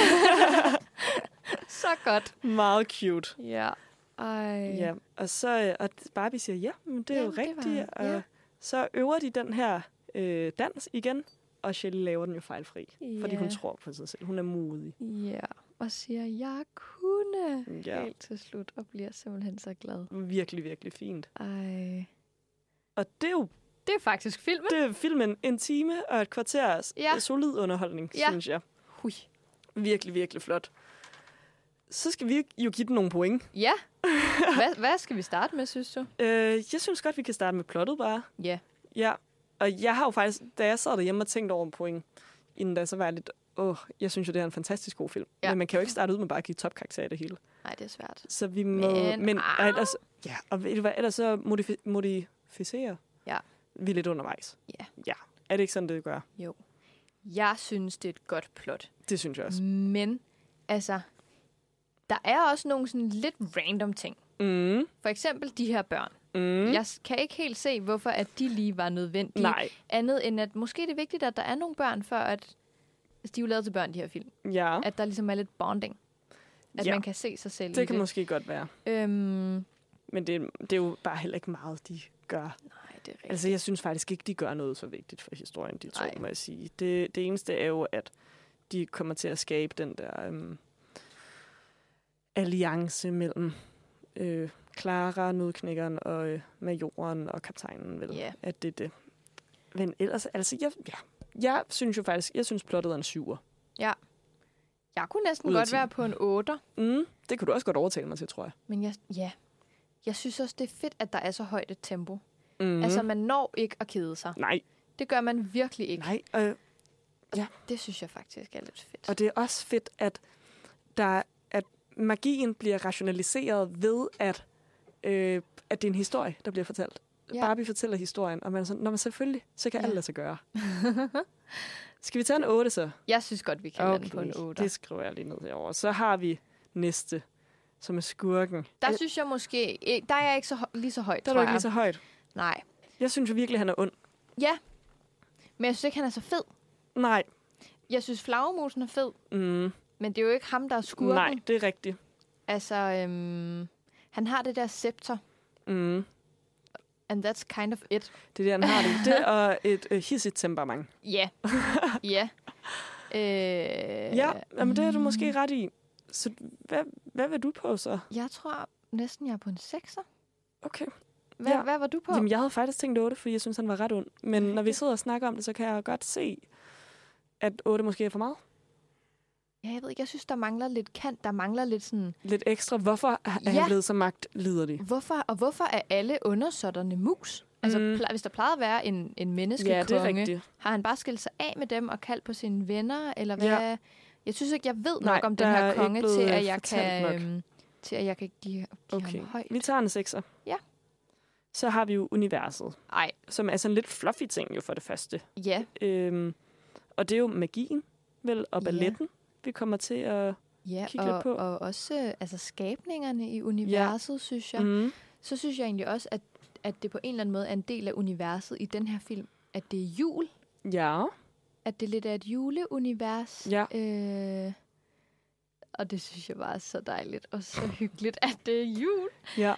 [SPEAKER 1] Så godt.
[SPEAKER 2] Meget cute.
[SPEAKER 1] Ja.
[SPEAKER 2] Ja. Og Barbie siger, ja, men det er jo rigtigt. Og så øver de den her dans igen, og Shelley laver den jo fejlfri. Fordi hun tror på sig selv. Hun er modig.
[SPEAKER 1] Ja. Og siger, jeg kunne helt til slut, og bliver simpelthen så glad.
[SPEAKER 2] Virkelig, virkelig fint.
[SPEAKER 1] Ej.
[SPEAKER 2] Og det er jo...
[SPEAKER 1] Det er faktisk filmen.
[SPEAKER 2] Det er filmen. En time og et kvarters solid underholdning, synes jeg.
[SPEAKER 1] Hui.
[SPEAKER 2] Virkelig, virkelig flot. Så skal vi jo give den nogle point.
[SPEAKER 1] Ja. Hvad skal vi starte med, synes du?
[SPEAKER 2] Jeg synes godt, vi kan starte med plottet bare.
[SPEAKER 1] Ja.
[SPEAKER 2] Ja. Og jeg har jo faktisk, da jeg sad derhjemme og tænkte over en point, inden da, så var jeg lidt... jeg synes jo, det er en fantastisk god film. Ja. Men man kan jo ikke starte ud med bare at give topkarakter i det hele.
[SPEAKER 1] Nej, det er svært.
[SPEAKER 2] Så vi må... Men ellers, og ved du hvad, ellers så modificere vi lidt undervejs.
[SPEAKER 1] Ja.
[SPEAKER 2] Ja. Er det ikke sådan, det gør?
[SPEAKER 1] Jo. Jeg synes, det er et godt plot.
[SPEAKER 2] Det synes jeg også.
[SPEAKER 1] Men, altså, der er også nogle sådan lidt random ting.
[SPEAKER 2] Mm.
[SPEAKER 1] For eksempel de her børn. Jeg kan ikke helt se, hvorfor at de lige var nødvendige.
[SPEAKER 2] Nej.
[SPEAKER 1] Andet end, at måske det er vigtigt, at der er nogle børn, før at... Altså, de er jo lavet til børn, de her film.
[SPEAKER 2] Ja.
[SPEAKER 1] At der ligesom er lidt bonding. At man kan se sig selv
[SPEAKER 2] det. Det kan måske godt være. Men det er jo bare heller ikke meget, de gør.
[SPEAKER 1] Nej, det er rigtigt.
[SPEAKER 2] Altså, jeg synes faktisk ikke, de gør noget så vigtigt for historien, de to, må jeg sige. Det eneste er jo, at de kommer til at skabe den der alliance mellem Clara, nødknækkeren og majoren og kaptajnen, vel?
[SPEAKER 1] Yeah.
[SPEAKER 2] At det er det. Men ellers, altså, jeg synes jo faktisk, plottet er en 7'er.
[SPEAKER 1] Ja. Jeg kunne næsten godt være på en 8'er.
[SPEAKER 2] Det kunne du også godt overtale mig til, tror jeg.
[SPEAKER 1] Men jeg synes også, det er fedt, at der er så højt et tempo. Altså, man når ikke at kede sig.
[SPEAKER 2] Nej.
[SPEAKER 1] Det gør man virkelig ikke.
[SPEAKER 2] Nej.
[SPEAKER 1] Det synes jeg faktisk er lidt fedt.
[SPEAKER 2] Og det er også fedt, at magien bliver rationaliseret ved, at det er en historie, der bliver fortalt. Ja. Barbie fortæller historien, og man sådan, når man selvfølgelig, så kan alt lade sig gøre. Skal vi tage en 8 så?
[SPEAKER 1] Jeg synes godt, vi kan lande på en 8.
[SPEAKER 2] Det skriver jeg lige ned herovre. Så har vi næste, som er skurken.
[SPEAKER 1] Der synes jeg måske, der er jeg ikke lige så højt,
[SPEAKER 2] der er du ikke lige så højt?
[SPEAKER 1] Nej.
[SPEAKER 2] Jeg synes jo virkelig, han er ond.
[SPEAKER 1] Ja, men jeg synes ikke, han er så fed.
[SPEAKER 2] Nej.
[SPEAKER 1] Jeg synes, Flagermusen er fed, men det er jo ikke ham, der er skurken.
[SPEAKER 2] Nej, det er rigtigt.
[SPEAKER 1] Altså, han har det der scepter. And that's kind of it.
[SPEAKER 2] Det er det, han har det. Det er et hissigt temperament.
[SPEAKER 1] Ja. Ja.
[SPEAKER 2] Men det er du måske ret i. Så hvad vil du på så?
[SPEAKER 1] Jeg tror næsten, jeg er på en 6'er.
[SPEAKER 2] Okay.
[SPEAKER 1] Hvad var du på?
[SPEAKER 2] Jamen, jeg havde faktisk tænkt 8, fordi jeg synes, han var ret ond. Men når vi sidder og snakker om det, så kan jeg godt se, at 8 måske er for meget.
[SPEAKER 1] Ja, jeg ved ikke. Jeg synes, der mangler lidt kant. Der mangler lidt sådan...
[SPEAKER 2] Lidt ekstra. Hvorfor er han blevet så magtliderlig?
[SPEAKER 1] Hvorfor er alle undersåtterne mus? Altså, hvis der plejede at være en menneskekonge, har han bare skilt sig af med dem og kaldt på sine venner? Eller hvad? Ja. Jeg synes ikke, jeg ved nok om den her konge, til at jeg kan give ham højt.
[SPEAKER 2] Vi tager en 6'er.
[SPEAKER 1] Ja.
[SPEAKER 2] Så har vi jo universet. Som er sådan lidt fluffy ting jo for det første.
[SPEAKER 1] Ja.
[SPEAKER 2] Og det er jo magien, vel, og balletten, vi kommer til at kigge lidt på.
[SPEAKER 1] Og også skabningerne i universet, synes jeg. Så synes jeg egentlig også, at det på en eller anden måde er en del af universet i den her film, at det er jul.
[SPEAKER 2] Ja.
[SPEAKER 1] At det lidt er et juleunivers.
[SPEAKER 2] Ja.
[SPEAKER 1] Og det synes jeg bare er så dejligt og så hyggeligt, at det er jul.
[SPEAKER 2] Ja.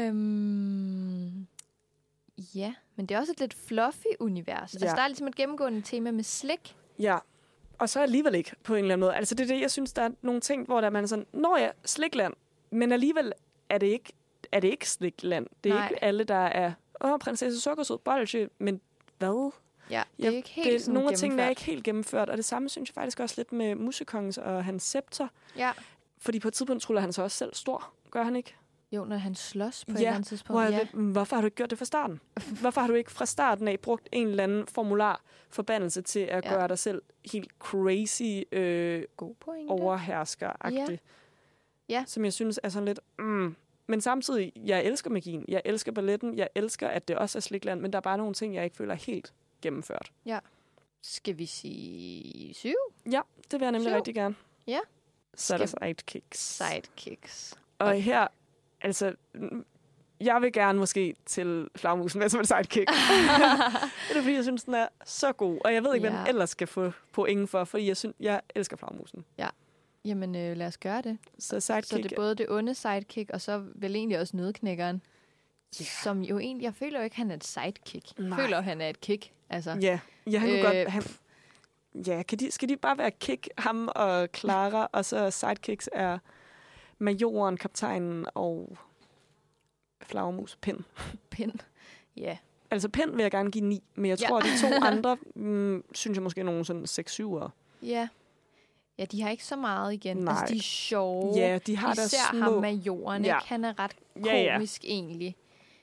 [SPEAKER 1] Ja, men det er også et lidt fluffy univers. Ja. Altså, der er ligesom et gennemgående tema med slik.
[SPEAKER 2] Ja, og så alligevel ikke på en eller anden måde. Altså, det er det, jeg synes, der er nogle ting, hvor der man er sådan, slikland, men alligevel er det ikke slikland. Det er ikke alle, der er, prinsesse Sukkersød bolsje, men hvad?
[SPEAKER 1] Ja, det er ikke helt
[SPEAKER 2] det,
[SPEAKER 1] sådan
[SPEAKER 2] nogle af tingene er
[SPEAKER 1] gennemført.
[SPEAKER 2] ikke helt gennemført, og det samme synes jeg faktisk også lidt med Musekongens og hans scepter.
[SPEAKER 1] Ja.
[SPEAKER 2] Fordi på et tidspunkt truller han sig også selv stor. Gør han ikke?
[SPEAKER 1] Jo, når han slås på et
[SPEAKER 2] Ja,
[SPEAKER 1] eller andet tidspunkt.
[SPEAKER 2] hvor jeg lidt, hvorfor har du ikke gjort det fra starten? Hvorfor har du ikke fra starten af brugt en eller anden formular forbandelse til at gøre dig selv helt crazy
[SPEAKER 1] God pointe.
[SPEAKER 2] overhersker-agtig?
[SPEAKER 1] Ja.
[SPEAKER 2] Som jeg synes er sådan lidt... Men samtidig, jeg elsker magien. Jeg elsker balletten. Jeg elsker, at det også er Slikland. Men der er bare nogle ting, jeg ikke føler helt gennemført.
[SPEAKER 1] Ja. Skal vi sige 7?
[SPEAKER 2] Ja, det vil jeg nemlig
[SPEAKER 1] 7?
[SPEAKER 2] rigtig gerne.
[SPEAKER 1] Ja.
[SPEAKER 2] Så er der sidekicks.
[SPEAKER 1] Sidekicks.
[SPEAKER 2] Og her, altså... Jeg vil gerne måske til Flagmusen med som en sidekick. Det er fordi, jeg synes, den er så god. Og jeg ved ikke, hvad den ellers skal få point for, fordi jeg elsker Flagmusen.
[SPEAKER 1] Ja. Jamen, lad os gøre det.
[SPEAKER 2] Så sidekick.
[SPEAKER 1] Så det er både det onde sidekick, og så vel egentlig også nødknækkeren.
[SPEAKER 2] Yeah.
[SPEAKER 1] Som jo egentlig, jeg føler jo ikke, han er et sidekick. Jeg føler, han er et kick. Altså.
[SPEAKER 2] Ja, han kunne godt... Ja, skal de bare være kick, ham og Clara, og så sidekicks er majoren, kaptajnen og Flagermus, Pind.
[SPEAKER 1] Pind, ja.
[SPEAKER 2] Altså Pind vil jeg gerne give 9, men jeg tror, de to andre, synes jeg måske er nogle sådan 6-7'ere.
[SPEAKER 1] Ja. Ja, de har ikke så meget igen.
[SPEAKER 2] Nej.
[SPEAKER 1] Altså, de er sjove.
[SPEAKER 2] Ja, de har der
[SPEAKER 1] især
[SPEAKER 2] små...
[SPEAKER 1] ham majoren, ikke? Han er ret komisk egentlig.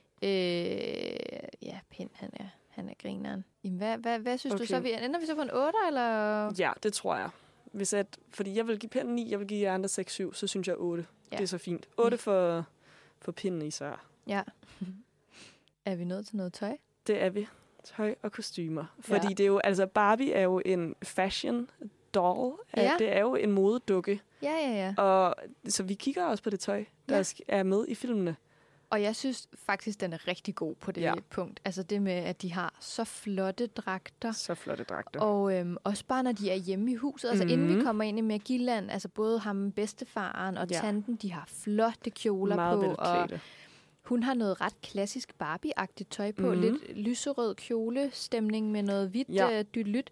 [SPEAKER 1] Ja, Pind, han er grineren. Jamen, hvad synes du så? Ender vi så på en 8, eller?
[SPEAKER 2] Ja, det tror jeg. Fordi jeg vil give Pind 9, jeg vil give jer andre 6-7, så synes jeg 8. Ja. Det er så fint. 8 for Pinden især.
[SPEAKER 1] Ja. Er vi nået til noget tøj?
[SPEAKER 2] Det er vi. Tøj og kostymer. Fordi det er jo, altså Barbie er jo en fashion doll.
[SPEAKER 1] Ja.
[SPEAKER 2] Det er jo en modedukke.
[SPEAKER 1] Ja.
[SPEAKER 2] Og så vi kigger også på det tøj, der er med i filmene.
[SPEAKER 1] Og jeg synes faktisk, den er rigtig god på det punkt. Altså det med, at de har så flotte dragter.
[SPEAKER 2] Så flotte dragter.
[SPEAKER 1] Og også bare, når de er hjemme i huset. Altså inden vi kommer ind i Magiland, altså både ham, bedstefaren og tanten, de har flotte kjoler
[SPEAKER 2] meget
[SPEAKER 1] på.
[SPEAKER 2] velklædte.
[SPEAKER 1] Og hun har noget ret klassisk Barbie-agtigt tøj på. Lidt lyserød kjolestemning med noget hvidt dyt-lyt.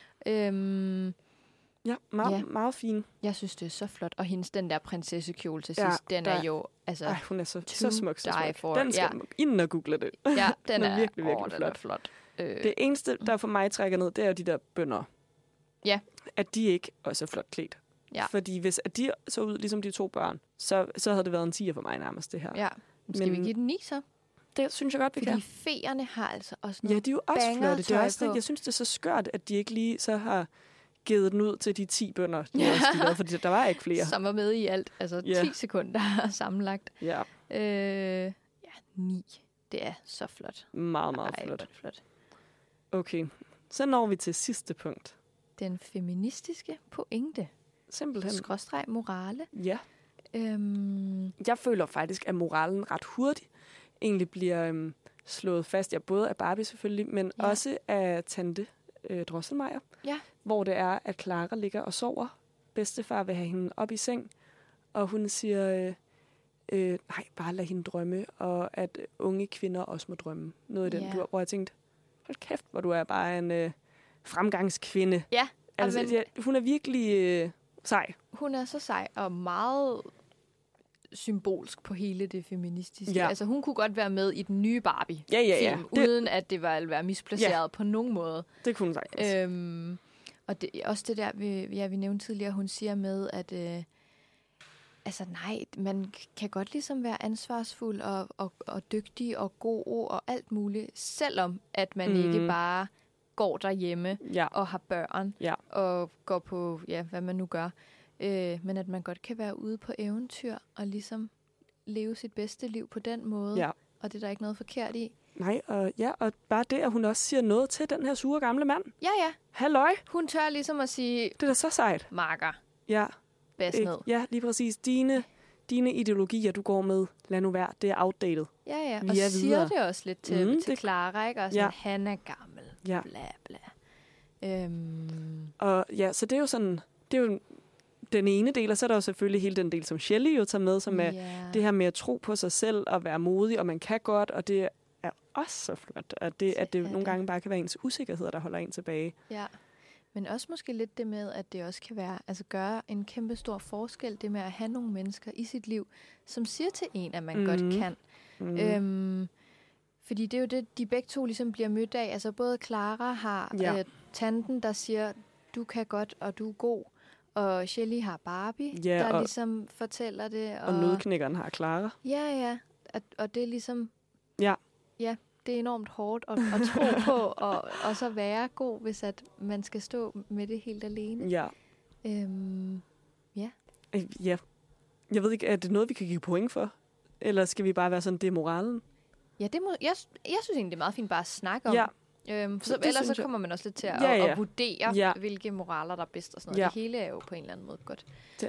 [SPEAKER 2] Ja, meget fin.
[SPEAKER 1] Jeg synes, det er så flot. Og hendes den der prinsessekjole til sidst, den er jo... Altså,
[SPEAKER 2] hun er så smuk.
[SPEAKER 1] Den
[SPEAKER 2] skal ind og google det.
[SPEAKER 1] Ja, den er
[SPEAKER 2] virkelig, virkelig flot. Det eneste, der for mig trækker ned, det er jo de der bønder.
[SPEAKER 1] Ja.
[SPEAKER 2] At de ikke også er flot klædt. Ja. Fordi hvis at de så ud ligesom de to børn, så havde det været en 10'er for mig nærmest, det her.
[SPEAKER 1] Ja. Skal vi give den 9 så?
[SPEAKER 2] Det synes jeg godt, vi kan.
[SPEAKER 1] Fordi feerne har altså også noget.
[SPEAKER 2] Ja, de er jo også flotte. Det er også det. Jeg synes, det er så skørt, at de ikke lige så har givet den ud til de 10 bønder, fordi der var ikke flere.
[SPEAKER 1] Som var med i alt. Altså 10 sekunder sammenlagt.
[SPEAKER 2] Ja.
[SPEAKER 1] 9. Det er så flot.
[SPEAKER 2] Meget, meget flot. Okay, så når vi til sidste punkt.
[SPEAKER 1] Den feministiske pointe.
[SPEAKER 2] Simpelthen.
[SPEAKER 1] / morale.
[SPEAKER 2] Ja. Jeg føler faktisk, at moralen ret hurtigt egentlig bliver slået fast. Ja, både af Barbie selvfølgelig, men også af tante Drosselmeier.
[SPEAKER 1] Ja.
[SPEAKER 2] Hvor det er, at Clara ligger og sover. Bedstefar vil have hende op i seng, og hun siger, nej, bare lad hende drømme, og at unge kvinder også må drømme. Noget i den hvor jeg tænkte, hold kæft, hvor du er bare en fremgangskvinde.
[SPEAKER 1] Ja.
[SPEAKER 2] Altså, hun er virkelig sej.
[SPEAKER 1] Hun er så sej, og meget symbolsk på hele det feministiske.
[SPEAKER 2] Ja.
[SPEAKER 1] Altså, hun kunne godt være med i den nye Barbie-film, uden at det ville være misplaceret på nogen måde.
[SPEAKER 2] Det kunne hun sagtens.
[SPEAKER 1] Og det, også det der, vi nævnte tidligere, hun siger med, at altså nej, man kan godt ligesom være ansvarsfuld og dygtig og god og alt muligt, selvom at man ikke bare går derhjemme og har børn og går på, hvad man nu gør. Men at man godt kan være ude på eventyr og ligesom leve sit bedste liv på den måde. Ja. Og det er der ikke noget forkert i.
[SPEAKER 2] Nej, og bare det, at hun også siger noget til den her sure gamle mand.
[SPEAKER 1] Ja.
[SPEAKER 2] Halløj.
[SPEAKER 1] Hun tør ligesom at sige...
[SPEAKER 2] Det er da så sejt.
[SPEAKER 1] Marker.
[SPEAKER 2] Ja.
[SPEAKER 1] Bedst ned.
[SPEAKER 2] Ja, lige præcis. Dine ideologier, du går med, lad nu være. Det er outdated.
[SPEAKER 1] Ja. Og siger det også lidt til Clara, ikke? Og sådan, han er gammel. Ja. Bla, bla.
[SPEAKER 2] Og så det er jo sådan... Det er jo den ene del, og så er der jo selvfølgelig hele den del, som Shelley jo tager med, som er det her med at tro på sig selv og være modig, og man kan godt, og det er også så flot, at det nogle gange bare kan være ens usikkerhed, der holder en tilbage. Ja,
[SPEAKER 1] men også måske lidt det med, at det også kan være, altså gøre en kæmpe stor forskel, det med at have nogle mennesker i sit liv, som siger til en, at man godt kan. Fordi det er jo det, de begge to ligesom bliver mødt af. Altså både Clara har tanten, der siger, du kan godt, og du er god. Og Shelley har Barbie, der ligesom fortæller det.
[SPEAKER 2] Og nødknækkeren har Clara.
[SPEAKER 1] Ja. Og det er ligesom...
[SPEAKER 2] Ja.
[SPEAKER 1] Ja, det er enormt hårdt at tro på, og så være god, hvis at man skal stå med det helt alene.
[SPEAKER 2] Ja. Ja. Jeg ved ikke, er det noget, vi kan give point for? Eller skal vi bare være sådan, det er moralen?
[SPEAKER 1] Ja, jeg synes egentlig, det er meget fint bare at snakke om.
[SPEAKER 2] Ja.
[SPEAKER 1] Ellers så kommer man også lidt til at vurdere, hvilke moraler, der er bedst og sådan noget. Ja. Det hele er jo på en eller anden måde godt.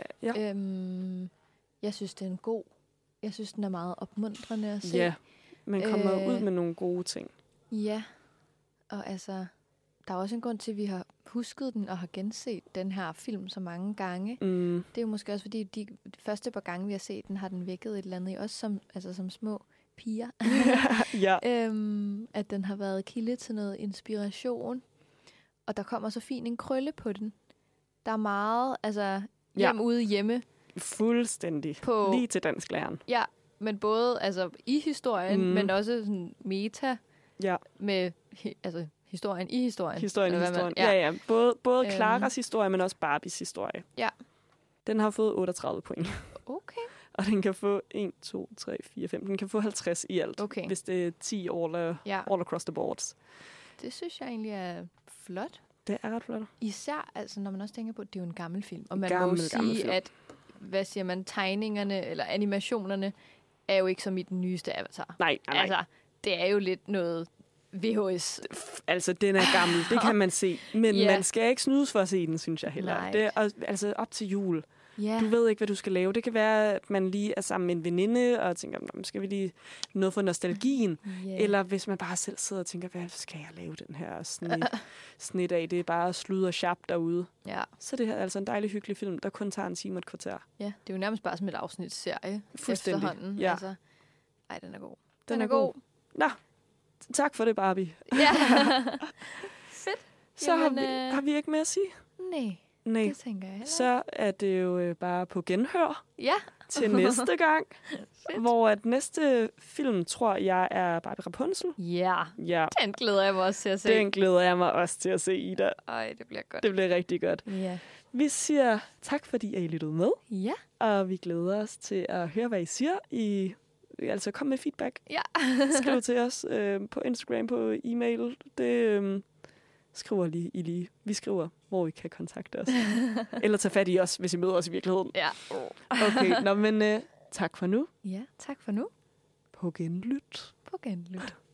[SPEAKER 1] Jeg synes, det er en god... Jeg synes, den er meget opmuntrende at se.
[SPEAKER 2] Ja, man kommer ud med nogle gode ting.
[SPEAKER 1] Ja, og altså... Der er også en grund til, at vi har husket den og har genset den her film så mange gange. Det er jo måske også, fordi de første par gange, vi har set den, har den vækket et eller andet i os som små piger.
[SPEAKER 2] Ja.
[SPEAKER 1] At den har været kilde til noget inspiration. Og der kommer så fin en krølle på den. Der er meget, ude hjemme.
[SPEAKER 2] Fuldstændig. Lige til dansklæreren.
[SPEAKER 1] Ja, men både i historien, men også sådan meta med historien i historien.
[SPEAKER 2] Historien i historien. Ja. Både Claras historie, men også Barbies historie.
[SPEAKER 1] Ja.
[SPEAKER 2] Den har fået 38 point.
[SPEAKER 1] Okay.
[SPEAKER 2] Og den kan få 1, 2, 3, 4, 5. Den kan få 50 i alt, hvis det er 10 all across the boards.
[SPEAKER 1] Det synes jeg egentlig er flot.
[SPEAKER 2] Det er ret flot.
[SPEAKER 1] Især, når man også tænker på, at det er jo en gammel film. Og man må sige, at tegningerne eller animationerne er jo ikke som i den nyeste Avatar.
[SPEAKER 2] Nej.
[SPEAKER 1] Det er jo lidt noget VHS.
[SPEAKER 2] Den er gammel, det kan man se. Men man skal ikke snydes for at se den, synes jeg heller.
[SPEAKER 1] Nej.
[SPEAKER 2] Det er op til jul. Yeah. Du ved ikke, hvad du skal lave. Det kan være, at man lige er sammen med en veninde, og tænker, skal vi lige noget for nostalgien? Yeah. Eller hvis man bare selv sidder og tænker, hvad skal jeg lave den her snit af? Det er bare slud og sharp derude.
[SPEAKER 1] Yeah.
[SPEAKER 2] Så det her er altså en dejlig, hyggelig film, der kun tager en time og et kvarter.
[SPEAKER 1] Ja, det er jo nærmest bare som et afsnitsserie.
[SPEAKER 2] Fuldstændig.
[SPEAKER 1] Ja. Den er god.
[SPEAKER 2] Den er god. Nå, tak for det, Barbie.
[SPEAKER 1] Ja. Fedt.
[SPEAKER 2] Så har vi ikke mere at sige?
[SPEAKER 1] Nej, det tænker jeg heller.
[SPEAKER 2] Så er det jo bare på genhør til næste gang, hvor at næste film, tror jeg, er Barbie Rapunzel.
[SPEAKER 1] Ja, den glæder jeg mig også til at se.
[SPEAKER 2] Den glæder jeg mig også til at se, Ida.
[SPEAKER 1] Ej, det bliver godt.
[SPEAKER 2] Det bliver rigtig godt.
[SPEAKER 1] Ja.
[SPEAKER 2] Vi siger tak, fordi I lyttede med.
[SPEAKER 1] Ja.
[SPEAKER 2] Og vi glæder os til at høre, hvad I siger. Altså, kom med feedback.
[SPEAKER 1] Ja.
[SPEAKER 2] Skriv til os på Instagram, på e-mail. Det skriver lige. Vi skriver, hvor I kan kontakte os. Eller tage fat i os, hvis I møder os i virkeligheden.
[SPEAKER 1] Ja.
[SPEAKER 2] Okay, men tak for nu.
[SPEAKER 1] Ja, tak for nu.
[SPEAKER 2] På genlyt.
[SPEAKER 1] På genlyt.